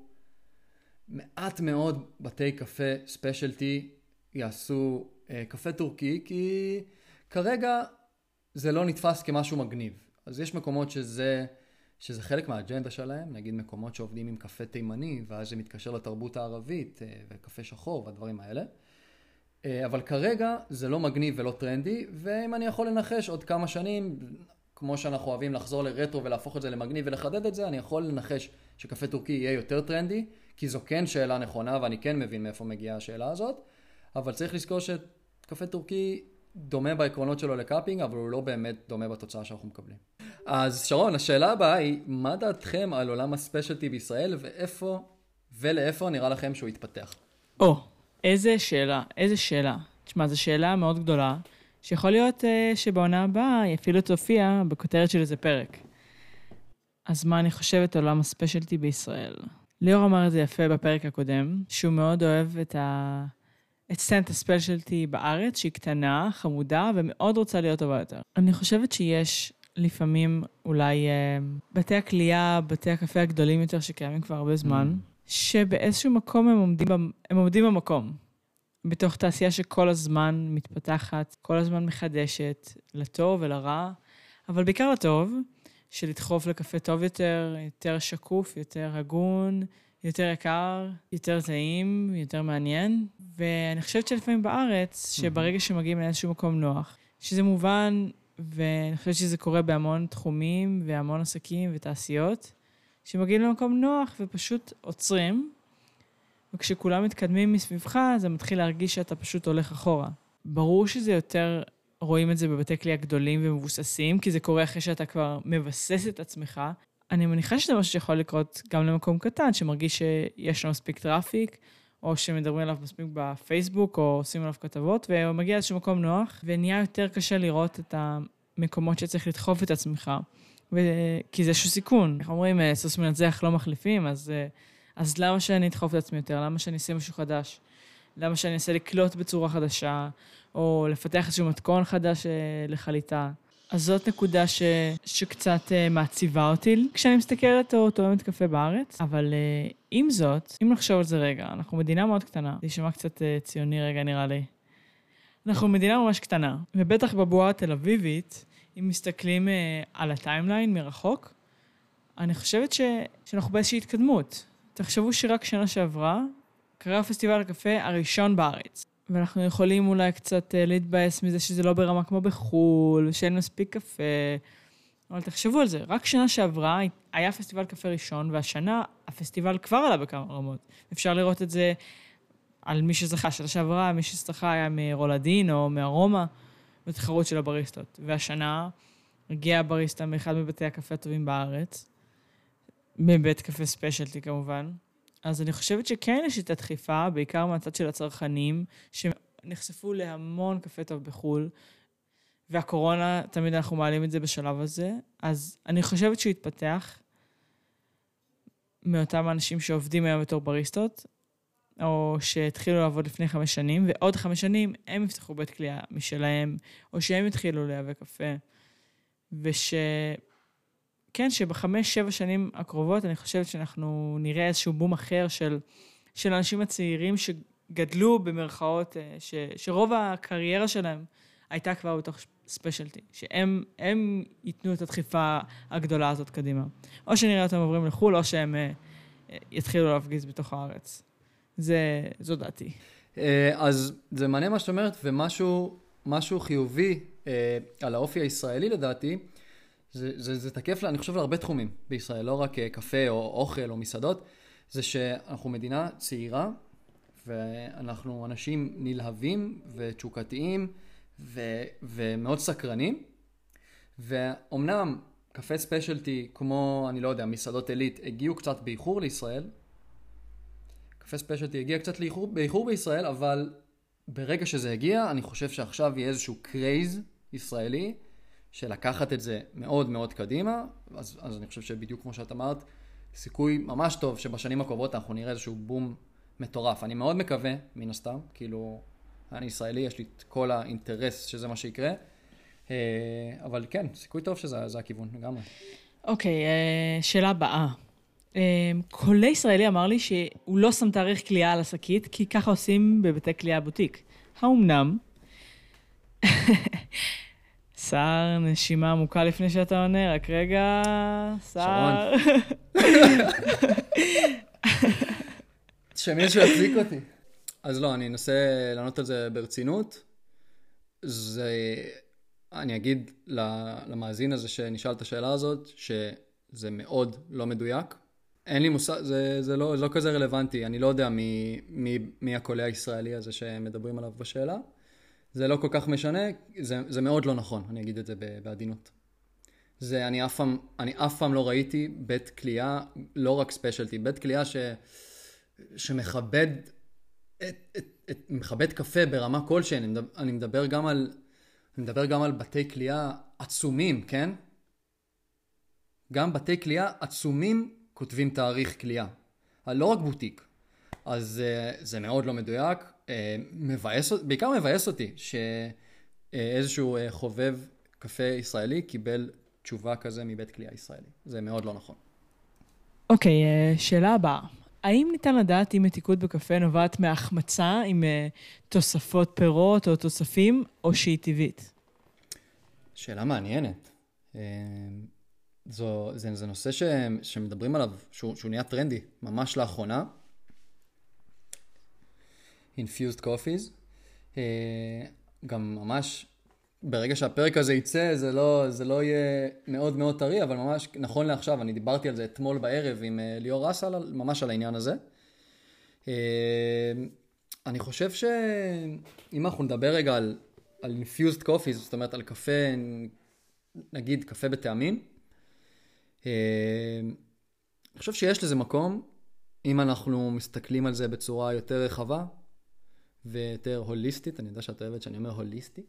מעט מאוד בתי קפה ספיישלטי יעשו אה, קפה טורקי, כי כרגע זה לא נתפס כמשהו מגניב. אז יש מקומות שזה, שזה חלק מהאג'נדה שלהם, נגיד מקומות שעובדים עם קפה תימני, ואז זה מתקשר לתרבות הערבית, אה, וקפה שחור והדברים האלה. אה, אבל כרגע זה לא מגניב ולא טרנדי, ואם אני יכול לנחש עוד כמה שנים, כמו שאנחנו אוהבים לחזור לרטרו ולהפוך את זה למגניב ולחדד את זה, אני יכול לנחש שקפה טורקי יהיה יותר טרנדי, כי זו כן שאלה נכונה, ואני כן מבין מאיפה מגיעה השאלה הזאת, אבל צריך לזכור שקפה טורקי דומה בעקרונות שלו לקאפינג, אבל הוא לא באמת דומה בתוצאה שאנחנו מקבלים. אז שרון, השאלה הבאה היא, מה דעתכם על עולם הספיישלטי בישראל, ואיפה ולאיפה נראה לכם שהוא יתפתח? או, איזה שאלה, איזה שאלה. תשמע, זו שאלה מאוד גדולה, שיכול להיות uh, שבעונה הבאה אפילו תופיע בכותרת של איזה פרק. אז מה אני חושבת על עולם הספיישלטי בישראל? ליאור אמר את זה יפה בפרק הקודם, שהוא מאוד אוהב את ה... את סצנת הספיישלטי בארץ, שהיא קטנה, חמודה, ומאוד רוצה להיות טובה יותר. אני חושבת שיש לפעמים אולי אה, בתי הקלייה, בתי הקפה הגדולים יותר שקיימים כבר הרבה זמן, mm. שבאיזשהו מקום הם עומדים, הם עומדים במקום. בתוך תעשייה שכל הזמן מתפתחת, כל הזמן מחדשת, לטוב ולרע, אבל בעיקר לטוב, של לדחוף לקפה טוב יותר, יותר שקוף, יותר הגון, יותר יקר, יותר טעים, יותר מעניין. ואני חושבת שלפעמים בארץ, שברגע שמגיעים לאיזשהו מקום נוח, שזה מובן, ואני חושבת שזה קורה בהמון תחומים, והמון עסקים ותעשיות, שמגיעים למקום נוח ופשוט עוצרים, וכשכולם מתקדמים מסביבך, זה מתחיל להרגיש שאתה פשוט הולך אחורה. ברור שזה יותר, רואים את זה בבתי כלי הגדולים ומבוססים, כי זה קורה אחרי שאתה כבר מבסס את עצמך. אני מניחה שזה משהו שיכול לקרות גם למקום קטן, שמרגיש שיש לו מספיק טראפיק, או שמדברים עליו מספיק בפייסבוק, או עושים עליו כתבות, והוא מגיע לאיזשהו מקום נוח, ונהיה יותר קשה לראות את המקומות שצריך לדחוף את עצמך, ו... כי זה איזשהו סיכון. אנחנו אומרים, סוס מנצח לא מחליפים, אז, אז למה שאני אדחוף את עצמי יותר? למה שאני אעשה משהו חדש? למה שאני אעשה לקלוט בצורה חדשה, או לפתח איזשהו מתכון חדש לחליטה? אז זאת נקודה ש... שקצת uh, מעציבה אותי כשאני מסתכלת או תואמת קפה בארץ. אבל uh, עם זאת, אם נחשוב על זה רגע, אנחנו מדינה מאוד קטנה. זה יישמע קצת uh, ציוני רגע נראה לי. אנחנו מדינה ממש קטנה, ובטח בבועה התל אביבית, אם מסתכלים uh, על הטיימליין מרחוק, אני חושבת ש... שאנחנו באיזושהי התקדמות. תחשבו שרק שנה שעברה, קרב פסטיבל הקפה הראשון בארץ. ואנחנו יכולים אולי קצת להתבאס מזה שזה לא ברמה כמו בחול, שאין מספיק קפה. אבל תחשבו על זה, רק שנה שעברה היה פסטיבל קפה ראשון, והשנה הפסטיבל כבר עלה בכמה רמות. אפשר לראות את זה על מי שזכה. שנה שעברה, מי שזכה היה מרולדין או מארומה, בתחרות של הבריסטות. והשנה הגיע הבריסטה מאחד מבתי הקפה הטובים בארץ, מבית קפה ספיישלטי כמובן. אז אני חושבת שכן יש את הדחיפה, בעיקר מהצד של הצרכנים, שנחשפו להמון קפה טוב בחול, והקורונה, תמיד אנחנו מעלים את זה בשלב הזה, אז אני חושבת שהוא יתפתח מאותם האנשים שעובדים היום בתור בריסטות, או שהתחילו לעבוד לפני חמש שנים, ועוד חמש שנים הם יפתחו בית קליעה משלהם, או שהם יתחילו להיאבק קפה, וש... כן, שבחמש, שבע שנים הקרובות, אני חושבת שאנחנו נראה איזשהו בום אחר של, של אנשים הצעירים שגדלו במרכאות, ש, שרוב הקריירה שלהם הייתה כבר בתוך ספיישלטי, שהם הם ייתנו את הדחיפה הגדולה הזאת קדימה. או שנראה אותם עוברים לחול, או שהם יתחילו להפגיז בתוך הארץ. זה, זו דעתי. אז זה מעניין מה שאת אומרת, ומשהו משהו חיובי על האופי הישראלי לדעתי, זה, זה, זה תקף לה, אני חושב, להרבה תחומים בישראל, לא רק קפה או אוכל או מסעדות, זה שאנחנו מדינה צעירה, ואנחנו אנשים נלהבים ותשוקתיים, ו, ומאוד סקרנים, ואומנם קפה ספיישלטי, כמו, אני לא יודע, מסעדות עילית, הגיעו קצת באיחור לישראל, קפה ספיישלטי הגיע קצת לאיחור, באיחור בישראל, אבל ברגע שזה הגיע, אני חושב שעכשיו יהיה איזשהו קרייז ישראלי, שלקחת את זה מאוד מאוד קדימה, אז, אז אני חושב שבדיוק כמו שאת אמרת, סיכוי ממש טוב שבשנים הקרובות אנחנו נראה איזשהו בום מטורף. אני מאוד מקווה, מן הסתם, כאילו, אני ישראלי, יש לי את כל האינטרס שזה מה שיקרה, אבל כן, סיכוי טוב שזה זה הכיוון, לגמרי. אוקיי, שאלה הבאה. קולה ישראלי אמר לי שהוא לא שם תאריך קליעה על השקית, כי ככה עושים בבתי קליעה בוטיק. האומנם? שר, נשימה עמוקה לפני שאתה עונה, רק רגע, שר. שמישהו יחזיק אותי. אז לא, אני אנסה לענות על זה ברצינות. זה, אני אגיד למאזין הזה שנשאל את השאלה הזאת, שזה מאוד לא מדויק. אין לי מושג, זה, זה לא, זה לא כזה רלוונטי. אני לא יודע מי, מי, מי הקולה הישראלי הזה שמדברים עליו בשאלה. זה לא כל כך משנה, זה, זה מאוד לא נכון, אני אגיד את זה בעדינות. זה, אני אף פעם, אני אף פעם לא ראיתי בית קליעה, לא רק ספיישלטי, בית קליעה ש, שמכבד, את, את, את, מכבד קפה ברמה כלשהי, אני מדבר, אני מדבר גם על, אני מדבר גם על בתי קליעה עצומים, כן? גם בתי קליעה עצומים כותבים תאריך קליעה, לא רק בוטיק. אז זה מאוד לא מדויק, מבאס, בעיקר מבאס אותי שאיזשהו חובב קפה ישראלי קיבל תשובה כזה מבית קליעה ישראלי. זה מאוד לא נכון. אוקיי, שאלה הבאה. האם ניתן לדעת אם מתיקות בקפה נובעת מהחמצה עם תוספות פירות או תוספים, או שהיא טבעית? שאלה מעניינת. זו, זה, זה נושא ש, שמדברים עליו, שהוא, שהוא נהיה טרנדי ממש לאחרונה. infused coffees. גם ממש ברגע שהפרק הזה יצא, זה לא, זה לא יהיה מאוד מאוד טרי, אבל ממש נכון לעכשיו, אני דיברתי על זה אתמול בערב עם ליאור אסל, ממש על העניין הזה. אני חושב שאם אנחנו נדבר רגע על, על infused coffees, זאת אומרת על קפה, נגיד קפה בטעמים, אני חושב שיש לזה מקום, אם אנחנו מסתכלים על זה בצורה יותר רחבה, ויותר הוליסטית, אני יודע שאת אוהבת שאני אומר הוליסטי,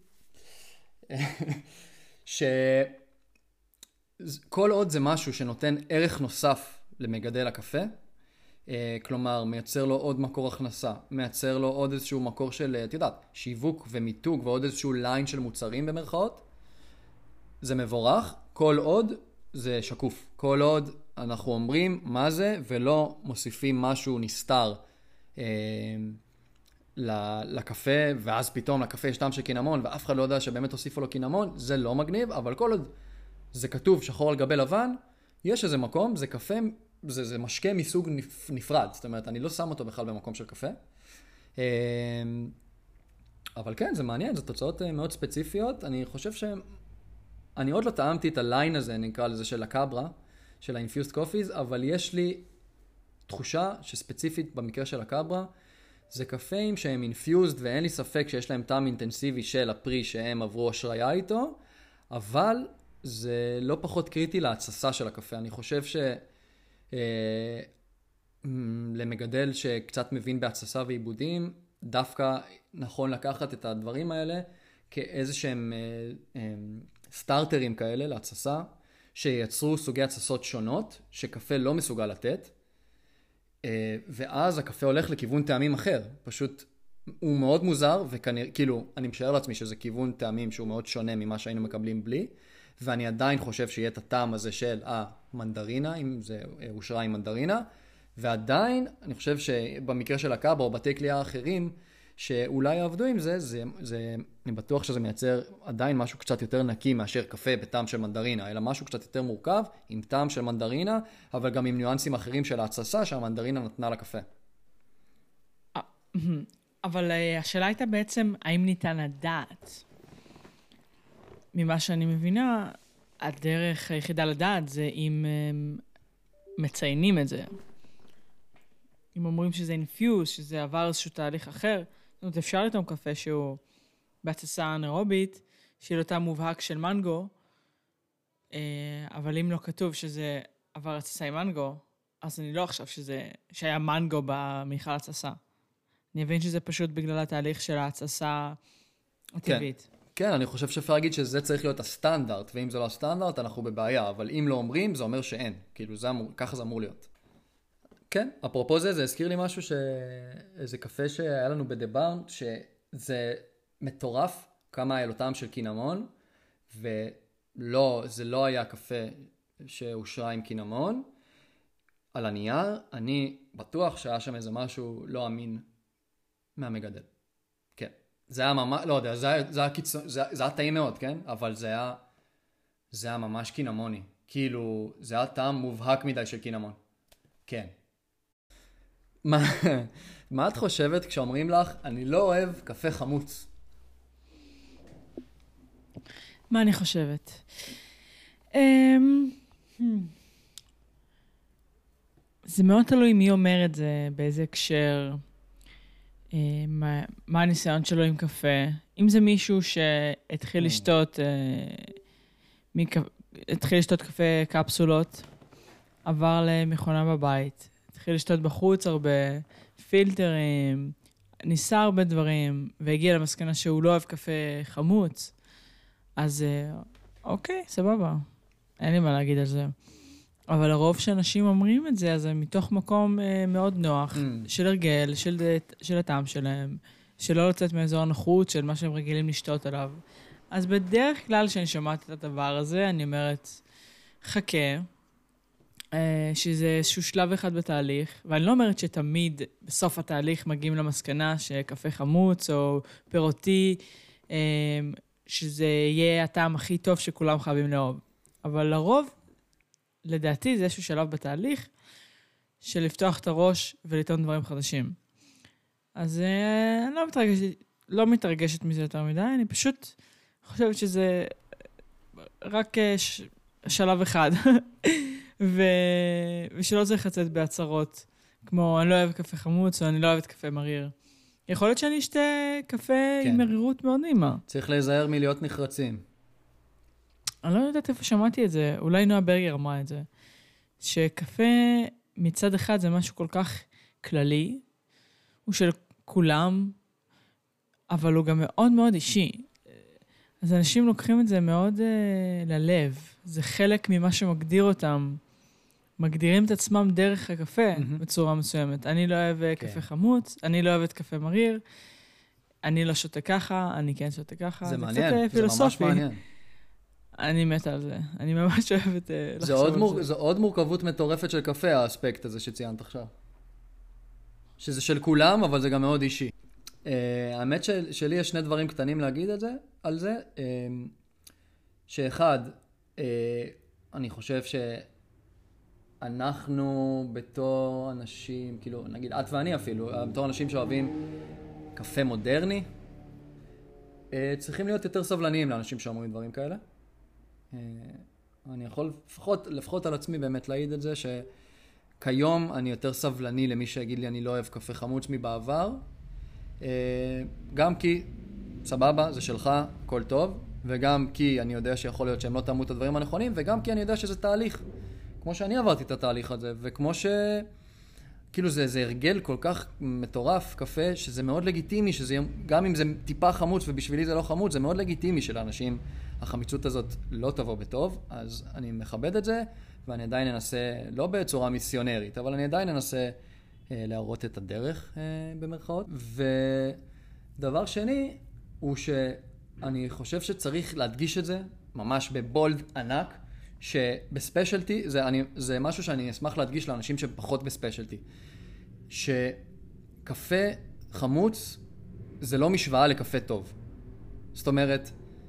שכל עוד זה משהו שנותן ערך נוסף למגדל הקפה, כלומר מייצר לו עוד מקור הכנסה, מייצר לו עוד איזשהו מקור של, את יודעת, שיווק ומיתוג ועוד איזשהו ליין של מוצרים במרכאות, זה מבורך, כל עוד זה שקוף, כל עוד אנחנו אומרים מה זה ולא מוסיפים משהו נסתר לקפה, ואז פתאום לקפה יש טעם של קינמון, ואף אחד לא יודע שבאמת הוסיפו לו קינמון, זה לא מגניב, אבל כל עוד זה כתוב שחור על גבי לבן, יש איזה מקום, זה קפה זה, זה משקה מסוג נפ, נפרד, זאת אומרת, אני לא שם אותו בכלל במקום של קפה. אבל כן, זה מעניין, זה תוצאות מאוד ספציפיות. אני חושב ש... אני עוד לא טעמתי את הליין הזה, נקרא לזה, של הקברה, של ה-infused coffees, אבל יש לי תחושה שספציפית במקרה של הקברה, זה קפאים שהם infused, ואין לי ספק שיש להם טעם אינטנסיבי של הפרי שהם עברו השראיה איתו, אבל זה לא פחות קריטי להתססה של הקפה. אני חושב ש... אה, למגדל שקצת מבין בהתססה ועיבודים, דווקא נכון לקחת את הדברים האלה כאיזה שהם אה, אה, סטארטרים כאלה להתססה, שייצרו סוגי התססות שונות, שקפה לא מסוגל לתת, אה, ואז הקפה הולך לכיוון טעמים אחר. פשוט הוא מאוד מוזר, וכנראה, כאילו, אני משער לעצמי שזה כיוון טעמים שהוא מאוד שונה ממה שהיינו מקבלים בלי, ואני עדיין חושב שיהיה את הטעם הזה של המנדרינה, אם זה אושרה עם מנדרינה, ועדיין אני חושב שבמקרה של הקאבה או בתי קלייה האחרים, שאולי יעבדו עם זה, זה, זה, אני בטוח שזה מייצר עדיין משהו קצת יותר נקי מאשר קפה בטעם של מנדרינה, אלא משהו קצת יותר מורכב עם טעם של מנדרינה, אבל גם עם ניואנסים אחרים של ההתססה שהמנדרינה נתנה לקפה. אבל השאלה הייתה בעצם, האם ניתן לדעת? ממה שאני מבינה, הדרך היחידה לדעת זה אם מציינים את זה. אם אומרים שזה אינפיוס, שזה עבר איזשהו תהליך אחר, זאת אומרת, אפשר לטעום קפה שהוא בהתססה אנאירובית, שיהיה לו טעם מובהק של מנגו, אבל אם לא כתוב שזה עבר התססה עם מנגו, אז אני לא חושב שזה, שהיה מנגו במיכל התססה. אני מבין שזה פשוט בגלל התהליך של ההתססה הטבעית. כן. כן, אני חושב שאפשר להגיד שזה צריך להיות הסטנדרט, ואם זה לא הסטנדרט, אנחנו בבעיה, אבל אם לא אומרים, זה אומר שאין. כאילו, זה אמור, ככה זה אמור להיות. כן, אפרופו זה, זה הזכיר לי משהו שאיזה קפה שהיה לנו בדבר, שזה מטורף כמה היה לו טעם של קינמון, ולא, זה לא היה קפה שאושרה עם קינמון. על הנייר, אני בטוח שהיה שם איזה משהו לא אמין מהמגדל. כן. זה היה ממש, לא יודע, זה היה, זה היה קיצון, זה, זה היה טעים מאוד, כן? אבל זה היה, זה היה ממש קינמוני. כאילו, זה היה טעם מובהק מדי של קינמון. כן. מה, מה את חושבת כשאומרים לך, אני לא אוהב קפה חמוץ? מה אני חושבת? זה מאוד תלוי מי אומר את זה, באיזה הקשר, מה, מה הניסיון שלו עם קפה. אם זה מישהו שהתחיל לשתות, התחיל לשתות קפה קפסולות, עבר למכונה בבית, התחיל לשתות בחוץ הרבה, פילטרים, ניסה הרבה דברים, והגיע למסקנה שהוא לא אוהב קפה חמוץ, אז אוקיי, סבבה. אין לי מה להגיד על זה. אבל הרוב שאנשים אומרים את זה, אז זה מתוך מקום מאוד נוח, mm. של הרגל, של, של הטעם שלהם, שלא לצאת מאזור הנוחות, של מה שהם רגילים לשתות עליו. אז בדרך כלל שאני שומעת את הדבר הזה, אני אומרת, חכה, שזה איזשהו שלב אחד בתהליך, ואני לא אומרת שתמיד בסוף התהליך מגיעים למסקנה שקפה חמוץ או פירותי, שזה יהיה הטעם הכי טוב שכולם חייבים לאהוב. אבל לרוב, לדעתי זה איזשהו שלב בתהליך של לפתוח את הראש ולטעון דברים חדשים. אז אני לא מתרגשת, לא מתרגשת מזה יותר מדי, אני פשוט חושבת שזה רק ש... שלב אחד. ו... ושלא צריך לצאת בהצהרות, כמו אני לא אוהב קפה חמוץ או אני לא אוהבת קפה מריר. יכול להיות שאני אשתה קפה כן. עם מרירות מאוד נעימה. צריך להיזהר מלהיות נחרצים. אני לא יודעת איפה שמעתי את זה, אולי נועה ברגר אמרה את זה, שקפה מצד אחד זה משהו כל כך כללי, הוא של כולם, אבל הוא גם מאוד מאוד אישי. אז אנשים לוקחים את זה מאוד uh, ללב, זה חלק ממה שמגדיר אותם, מגדירים את עצמם דרך הקפה mm-hmm. בצורה מסוימת. אני לא אוהב okay. קפה חמוץ, אני לא אוהב קפה מריר, אני לא שותה ככה, אני כן שותה ככה. זה, זה מעניין, זה ממש מעניין. אני מת על זה, אני ממש אוהבת uh, לחשוב עוד על מור... זה. זו עוד מורכבות מטורפת של קפה, האספקט הזה שציינת עכשיו. שזה של כולם, אבל זה גם מאוד אישי. Uh, האמת של, שלי יש שני דברים קטנים להגיד את זה, על זה. Uh, שאחד, uh, אני חושב אנחנו בתור אנשים, כאילו, נגיד, את ואני אפילו, בתור אנשים שאוהבים קפה מודרני, צריכים להיות יותר סבלניים לאנשים שאומרים דברים כאלה. אני יכול לפחות, לפחות על עצמי באמת להעיד את זה, שכיום אני יותר סבלני למי שיגיד לי אני לא אוהב קפה חמוץ מבעבר, גם כי, סבבה, זה שלך, הכל טוב, וגם כי אני יודע שיכול להיות שהם לא תאמו את הדברים הנכונים, וגם כי אני יודע שזה תהליך. כמו שאני עברתי את התהליך הזה, וכמו ש... כאילו זה, זה הרגל כל כך מטורף, קפה, שזה מאוד לגיטימי, שזה, גם אם זה טיפה חמוץ ובשבילי זה לא חמוץ, זה מאוד לגיטימי שלאנשים החמיצות הזאת לא תבוא בטוב, אז אני מכבד את זה, ואני עדיין אנסה, לא בצורה מיסיונרית, אבל אני עדיין אנסה אה, להראות את הדרך אה, במרכאות. ודבר שני, הוא שאני חושב שצריך להדגיש את זה, ממש בבולד ענק, שבספיישלטי, זה, אני, זה משהו שאני אשמח להדגיש לאנשים שפחות בספיישלטי, שקפה חמוץ זה לא משוואה לקפה טוב. זאת אומרת,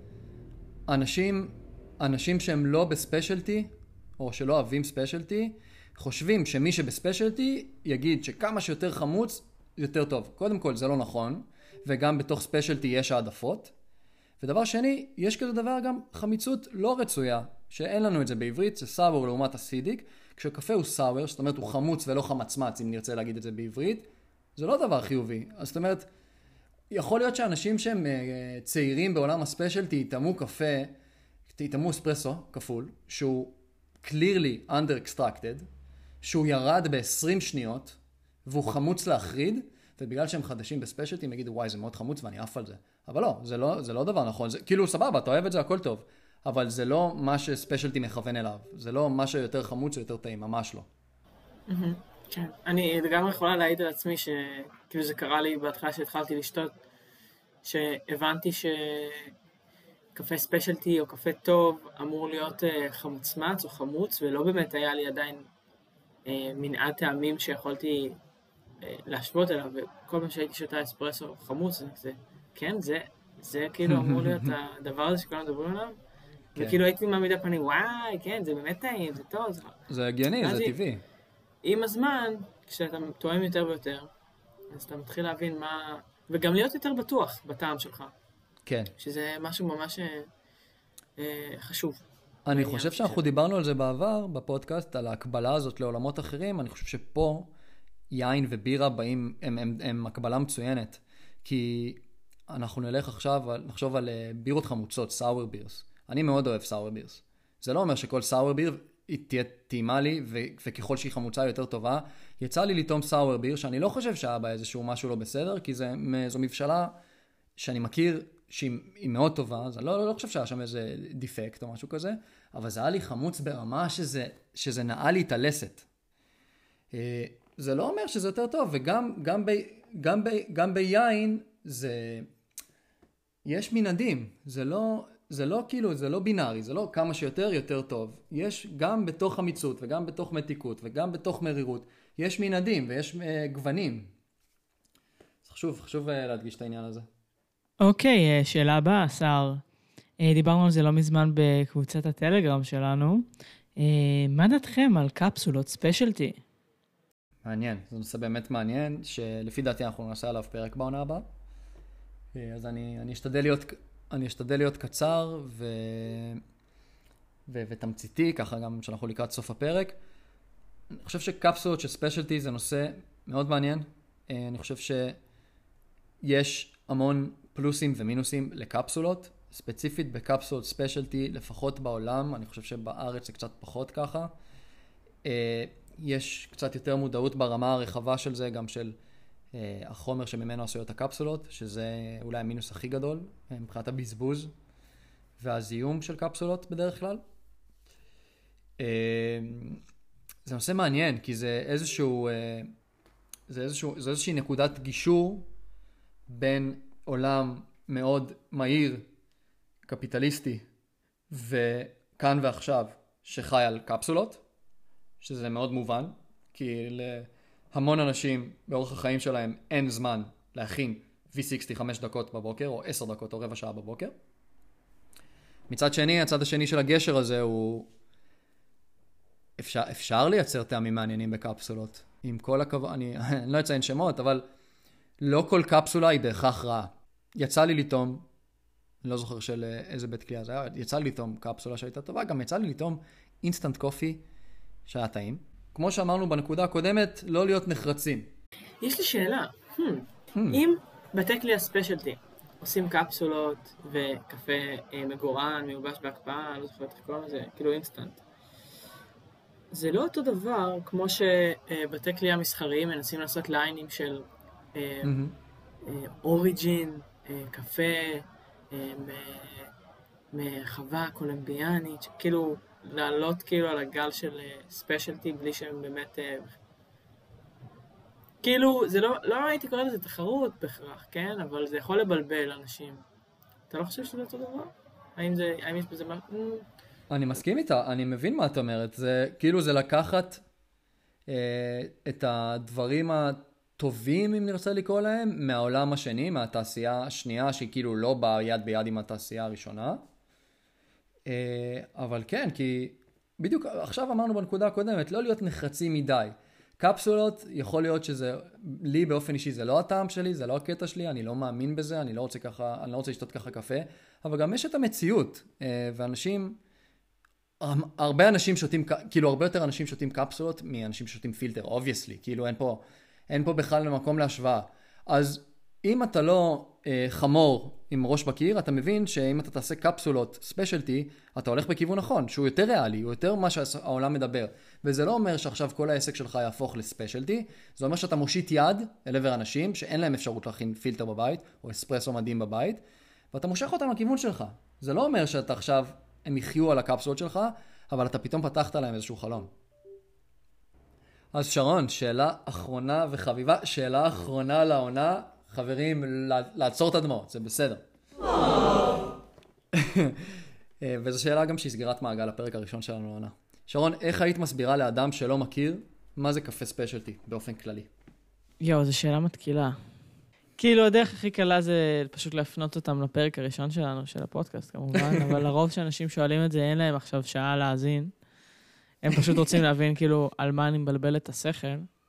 אנשים, אנשים שהם לא בספיישלטי, או שלא אוהבים ספיישלטי, חושבים שמי שבספיישלטי יגיד שכמה שיותר חמוץ יותר טוב. קודם כל זה לא נכון, וגם בתוך ספיישלטי יש העדפות. ודבר שני, יש כזה דבר גם חמיצות לא רצויה, שאין לנו את זה בעברית, זה סאוור לעומת אסידיק. כשקפה הוא סאוור, זאת אומרת הוא חמוץ ולא חמצמץ, אם נרצה להגיד את זה בעברית, זה לא דבר חיובי. אז זאת אומרת, יכול להיות שאנשים שהם צעירים בעולם הספיישלטי יטעמו קפה, יטעמו אספרסו כפול, שהוא clearly under extracted, שהוא ירד ב-עשרים שניות, והוא חמוץ להחריד, ובגלל שהם חדשים בספיישלטי, הם יגידו, וואי, זה מאוד חמוץ ואני עף על זה. אבל לא, זה לא, זה לא דבר נכון. זה, כאילו, סבבה, אתה אוהב את זה, הכל טוב. אבל זה לא מה שספיישלטי מכוון אליו. זה לא מה שיותר חמוץ ויותר טעים, ממש לא. כן. אני גם יכולה להעיד על עצמי שכאילו זה קרה לי בהתחלה שהתחלתי לשתות, שהבנתי שקפה ספיישלטי או קפה טוב אמור להיות חמוצמץ או חמוץ, ולא באמת היה לי עדיין מנעד טעמים שיכולתי להשוות אליו, וכל מה שהייתי שותה אספרסו חמוץ, זה, כן, זה, זה כאילו אמור להיות הדבר הזה שכולנו מדברים עליו, כן. וכאילו הייתי מעמיד הפנים, וואי, כן, זה באמת טעים, זה טוב. זה, זה הגיוני, זה טבעי. עם הזמן, כשאתה תואם יותר ויותר, אז אתה מתחיל להבין מה, וגם להיות יותר בטוח בטעם שלך. כן. שזה משהו ממש אה, חשוב. אני חושב שאנחנו דיברנו על זה בעבר, בפודקאסט, על ההקבלה הזאת לעולמות אחרים, אני חושב שפה, יין ובירה באים, הם, הם, הם הקבלה מצוינת, כי אנחנו נלך עכשיו, נחשוב על בירות חמוצות, סאוור בירס. אני מאוד אוהב סאוור בירס. זה לא אומר שכל סאוור ביר היא תהיה טעימה לי, ו- וככל שהיא חמוצה יותר טובה, יצא לי לטעום סאוור ביר, שאני לא חושב שהיה בה איזשהו משהו לא בסדר, כי זה, זו מבשלה שאני מכיר שהיא מאוד טובה, אז אני לא, לא, לא חושב שהיה שם איזה דיפקט או משהו כזה, אבל זה היה לי חמוץ ברמה שזה, שזה נעה לי את הלסת. זה לא אומר שזה יותר טוב, וגם גם ב, גם ב, גם ביין זה יש מנעדים, זה לא זה לא כאילו זה לא בינארי, זה לא כמה שיותר יותר טוב. יש גם בתוך חמיצות וגם בתוך מתיקות וגם בתוך מרירות, יש מנעדים ויש uh, גוונים. אז חשוב, חשוב uh, להדגיש את העניין הזה. אוקיי, okay, שאלה הבאה, שר. Uh, דיברנו על זה לא מזמן בקבוצת הטלגרם שלנו. Uh, מה דעתכם על קפסולות ספיישלטי? מעניין, זה נושא באמת מעניין, שלפי דעתי אנחנו נעשה עליו פרק בעונה הבאה. אז אני, אני אשתדל להיות, אני אשתדל להיות קצר ו, ו, ותמציתי, ככה גם שאנחנו לקראת סוף הפרק. אני חושב שקפסולות של ספיישלטי זה נושא מאוד מעניין. אני חושב שיש המון פלוסים ומינוסים לקפסולות, ספציפית בקפסולות ספיישלטי, לפחות בעולם, אני חושב שבארץ זה קצת פחות ככה. יש קצת יותר מודעות ברמה הרחבה של זה, גם של uh, החומר שממנו עשויות הקפסולות, שזה אולי המינוס הכי גדול, מבחינת הבזבוז והזיהום של קפסולות בדרך כלל. Uh, זה נושא מעניין, כי זה איזשהו, uh, זה איזשהו, זה איזושהי נקודת גישור בין עולם מאוד מהיר, קפיטליסטי, וכאן ועכשיו, שחי על קפסולות, שזה מאוד מובן, כי להמון אנשים באורך החיים שלהם אין זמן להכין וי סיקסטי חמש דקות בבוקר, או עשר דקות או רבע שעה בבוקר. מצד שני, הצד השני של הגשר הזה הוא אפשר, אפשר לייצר טעמים מעניינים בקפסולות. עם כל הכבוד, אני, אני לא אציין שמות, אבל לא כל קפסולה היא בהכרח רעה. יצא לי לטעום, אני לא זוכר של איזה בית קליעה זה היה, יצא לי לטעום קפסולה שהייתה טובה, גם יצא לי לטעום אינסטנט קופי שהיה טעים. כמו שאמרנו בנקודה הקודמת, לא להיות נחרצים. יש לי שאלה. Hmm. Hmm. אם בתי קליעה ספיישלטי עושים קפסולות וקפה אה, מגורן, מיובש בהקפאה, לא זוכרת איך קוראים לזה, כאילו אינסטנט. זה לא אותו דבר כמו שבתי קליעה מסחריים מנסים לעשות ליינים של אה, mm-hmm. אה, אוריג'ין, אה, קפה, אה, מחווה קולומביאנית, כאילו לעלות כאילו על הגל של ספיישלטי בלי שהם באמת... אה, כאילו, זה לא, לא הייתי קורא לזה תחרות בהכרח, כן? אבל זה יכול לבלבל אנשים. אתה לא חושב שזה אותו דבר? האם זה, האם יש בזה מה... אני מסכים איתה, אני מבין מה את אומרת. זה, כאילו זה לקחת אה, את הדברים הטובים, אם נרצה לקרוא להם, מהעולם השני, מהתעשייה השנייה, שהיא כאילו לא באה יד ביד עם התעשייה הראשונה. אה, אבל כן, כי בדיוק עכשיו אמרנו בנקודה הקודמת, לא להיות נחרצים מדי. קפסולות, יכול להיות שזה, לי באופן אישי זה לא הטעם שלי, זה לא הקטע שלי, אני לא מאמין בזה, אני לא רוצה ככה, אני לא רוצה לשתות ככה קפה, אבל גם יש את המציאות, ואנשים, הרבה אנשים שותים, כאילו הרבה יותר אנשים שותים קפסולות מאנשים שותים פילטר, obviously, כאילו אין פה, אין פה בכלל מקום להשוואה. אז אם אתה לא אה, חמור עם ראש בקיר, אתה מבין שאם אתה תעשה קפסולות ספיישלטי, אתה הולך בכיוון נכון, שהוא יותר ריאלי, הוא יותר מה שהעולם מדבר. וזה לא אומר שעכשיו כל העסק שלך יהפוך לספיישלטי, זה אומר שאתה מושיט יד אל עבר אנשים שאין להם אפשרות להכין פילטר בבית, או אספרסו מדהים בבית, ואתה מושך אותם לכיוון שלך. זה לא אומר שאתה עכשיו, הם יחיו על הקפסולות שלך, אבל אתה פתאום פתחת להם איזשהו חלון. אז שרון, שאלה אחרונה וחביבה, שאלה אחרונה לעונה, חברים, לעצור את הדמעות, זה בסדר. וזו שאלה גם שהיא סגירת מעגל, הפרק הראשון שלנו לעונה. שרון, איך היית מסבירה לאדם שלא מכיר מה זה קפה ספיישלטי באופן כללי? יואו, זו שאלה מתקילה. כאילו, הדרך הכי קלה זה פשוט להפנות אותם לפרק הראשון שלנו, של הפודקאסט כמובן, אבל לרוב שאנשים שואלים את זה, אין להם עכשיו שעה להאזין. הם פשוט רוצים להבין כאילו על מה אני מבלבל את השכל.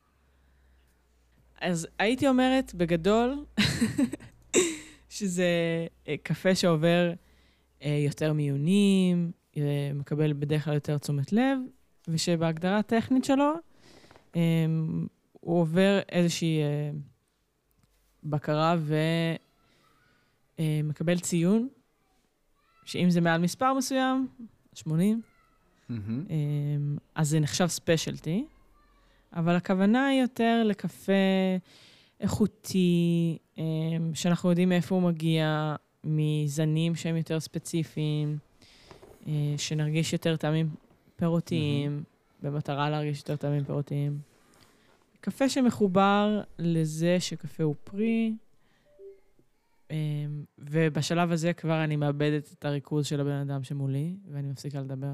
אז הייתי אומרת בגדול שזה קפה שעובר יותר מיונים, מקבל בדרך כלל יותר תשומת לב, ושבהגדרה הטכנית שלו הוא עובר איזושהי בקרה ומקבל ציון, שאם זה מעל מספר מסוים, שמונים, אז זה נחשב ספיישלטי. אבל הכוונה היא יותר לקפה איכותי, שאנחנו יודעים מאיפה הוא מגיע, מזנים שהם יותר ספציפיים, שנרגיש יותר טעמים פירותיים, במטרה להרגיש יותר טעמים פירותיים. קפה שמחובר לזה שקפה הוא פרי, ובשלב הזה כבר אני מאבדת את הריכוז של הבן אדם שמולי, ואני מפסיקה לדבר.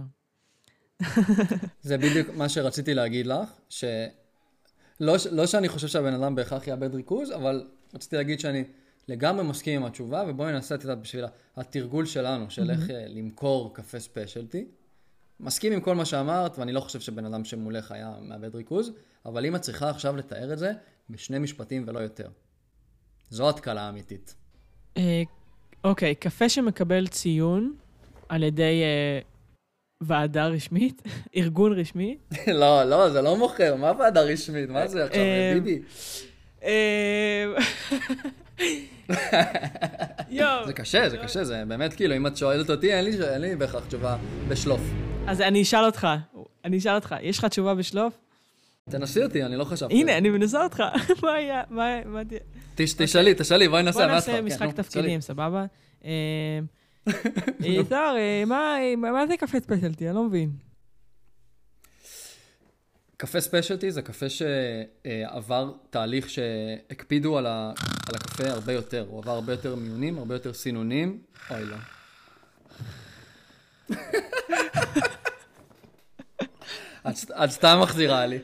זה בדיוק מה שרציתי להגיד לך, שלא לא שאני חושב שהבן אדם בהכרח יאבד ריכוז, אבל רציתי להגיד שאני לגמרי מסכים עם התשובה, ובואי נעשה את זה בשביל התרגול שלנו, של איך למכור קפה ספיישלטי. מסכים עם כל מה שאמרת, ואני לא חושב שבן אדם שמולך היה מאבד ריכוז, אבל אם את צריכה עכשיו לתאר את זה, בשני משפטים ולא יותר. זו התקלה האמיתית. אוקיי, קפה שמקבל ציון על ידי ועדה רשמית, ארגון רשמי. לא, לא, זה לא מוכר. מה ועדה רשמית? מה זה עכשיו, ביבי? זה קשה, זה קשה, זה באמת כאילו, אם את שואלת אותי, אין לי בהכרח תשובה בשלוף. אז אני אשאל אותך, אני אשאל אותך, יש לך תשובה בשלוף? תנסי אותי, אני לא חשבתי. הנה, אני מנסה אותך. מה היה? מה תהיה? תשאלי, תשאלי, בואי נעשה. בוא נעשה משחק תפקידים, סבבה? יתר, מה זה קפה ספיישלטי? אני לא מבין. קפה ספיישלטי זה קפה שעבר תהליך שהקפידו על הקפה הרבה יותר. הוא עבר הרבה יותר מיונים, הרבה יותר סינונים. אוי לא. את סתם מחזירה לי.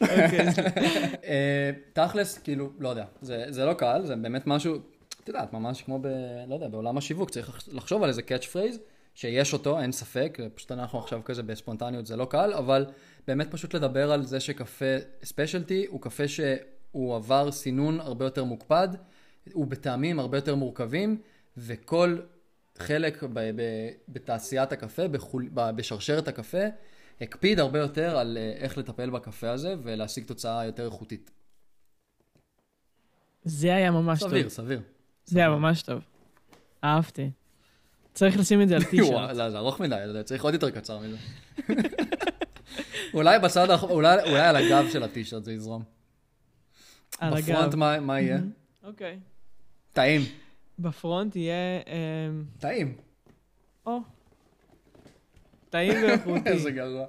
תכלס, כאילו, לא יודע, זה לא קל, זה באמת משהו, את יודעת, ממש כמו ב, לא יודע, בעולם השיווק, צריך לחשוב על איזה קאץ' פרייז, שיש אותו, אין ספק, פשוט אנחנו עכשיו כזה בספונטניות, זה לא קל, אבל באמת פשוט לדבר על זה שקפה ספיישלטי הוא קפה שהוא עבר סינון הרבה יותר מוקפד, הוא בטעמים הרבה יותר מורכבים, וכל חלק ב- ב- בתעשיית הקפה, בחול, ב- בשרשרת הקפה, הקפיד הרבה יותר על איך לטפל בקפה הזה ולהשיג תוצאה יותר איכותית. זה היה ממש טוב. סביר, סביר. זה היה ממש טוב. אהבתי. צריך לשים את זה על טישרט. לא, זה ארוך מדי, צריך עוד יותר קצר מזה. אולי בצד, אולי, אולי על הגב של הטישרט זה יזרום. על הגב. בפרונט מה, מה יהיה? אוקיי. טעים. בפרונט יהיה... טעים. או. טעים ואיכותי. איזה גרוע.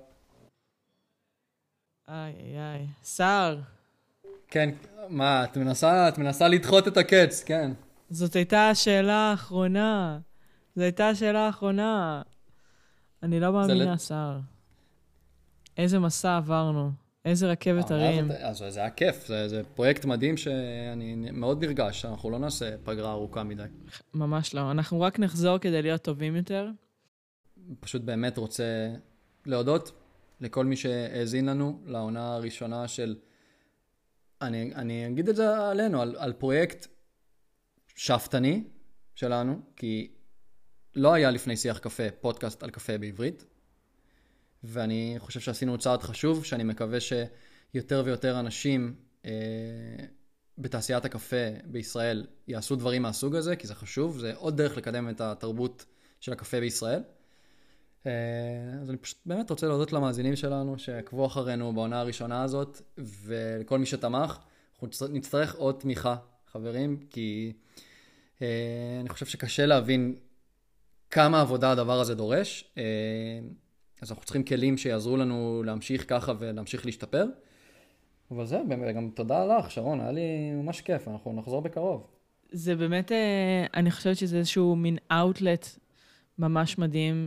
איי, איי, איי. שר. כן, מה, את מנסה, את מנסה לדחות את הקץ, כן. זאת הייתה השאלה האחרונה. זו הייתה השאלה האחרונה. אני לא מאמינה, שר. איזה מסע עברנו. איזה רכבת הרים. אז זה היה כיף, זה, זה פרויקט מדהים שאני מאוד נרגש, אנחנו לא נעשה פגרה ארוכה מדי. ממש לא, אנחנו רק נחזור כדי להיות טובים יותר. פשוט באמת רוצה להודות לכל מי שהאזין לנו לעונה הראשונה של, אני, אני אגיד את זה עלינו, על, על פרויקט שפטני שלנו, כי לא היה לפני שיח קפה, פודקאסט על קפה בעברית, ואני חושב שעשינו צעד חשוב, שאני מקווה שיותר ויותר אנשים אה, בתעשיית הקפה בישראל יעשו דברים מהסוג הזה, כי זה חשוב, זה עוד דרך לקדם את התרבות של הקפה בישראל. אה, אז אני פשוט באמת רוצה להודות למאזינים שלנו, שעקבו אחרינו בעונה הראשונה הזאת, ולכל מי שתמך, אנחנו נצטרך עוד תמיכה, חברים, כי אה, אני חושב שקשה להבין כמה עבודה הדבר הזה דורש, אה, אז אנחנו צריכים כלים שיעזרו לנו להמשיך ככה ולהמשיך להשתפר. אבל זה, באמת, גם תודה לך, שרון, היה לי ממש כיף, אנחנו נחזור בקרוב. זה באמת, אני חושבת שזה איזשהו מין אאוטלט ממש מדהים,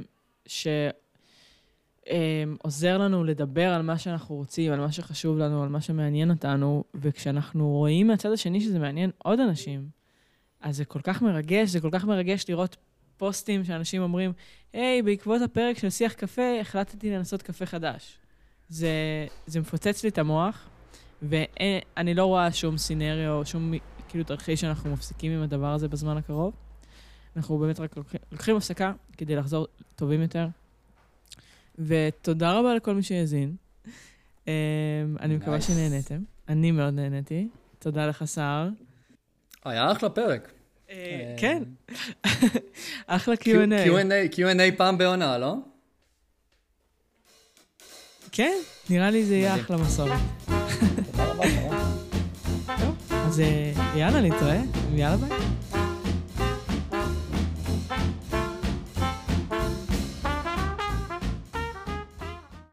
שעוזר לנו לדבר על מה שאנחנו רוצים, על מה שחשוב לנו, על מה שמעניין אותנו, וכשאנחנו רואים מהצד השני שזה מעניין עוד אנשים, אז זה כל כך מרגש, זה כל כך מרגש לראות פוסטים שאנשים אומרים, היי, בעקבות הפרק של שיח קפה, החלטתי לנסות קפה חדש. זה, זה מפוצץ לי את המוח, ואני לא רואה שום סינריו, שום כאילו תרחיש שאנחנו מפסיקים עם הדבר הזה בזמן הקרוב. אנחנו באמת רק לוקחים, לוקחים הפסקה כדי לחזור טובים יותר. ותודה רבה לכל מי שהאזין. אני מקווה שנהנתם. אני מאוד נהניתי. תודה לך, סער. היה אחלה פרק. כן. אחלה קיו אנד איי. קיו אנד איי פעם בעונה, לא? כן, נראה לי זה יהיה אחלה מסורת. תודה רבה, שרון. טוב, אז יאללה, נתראה. יאללה ביי.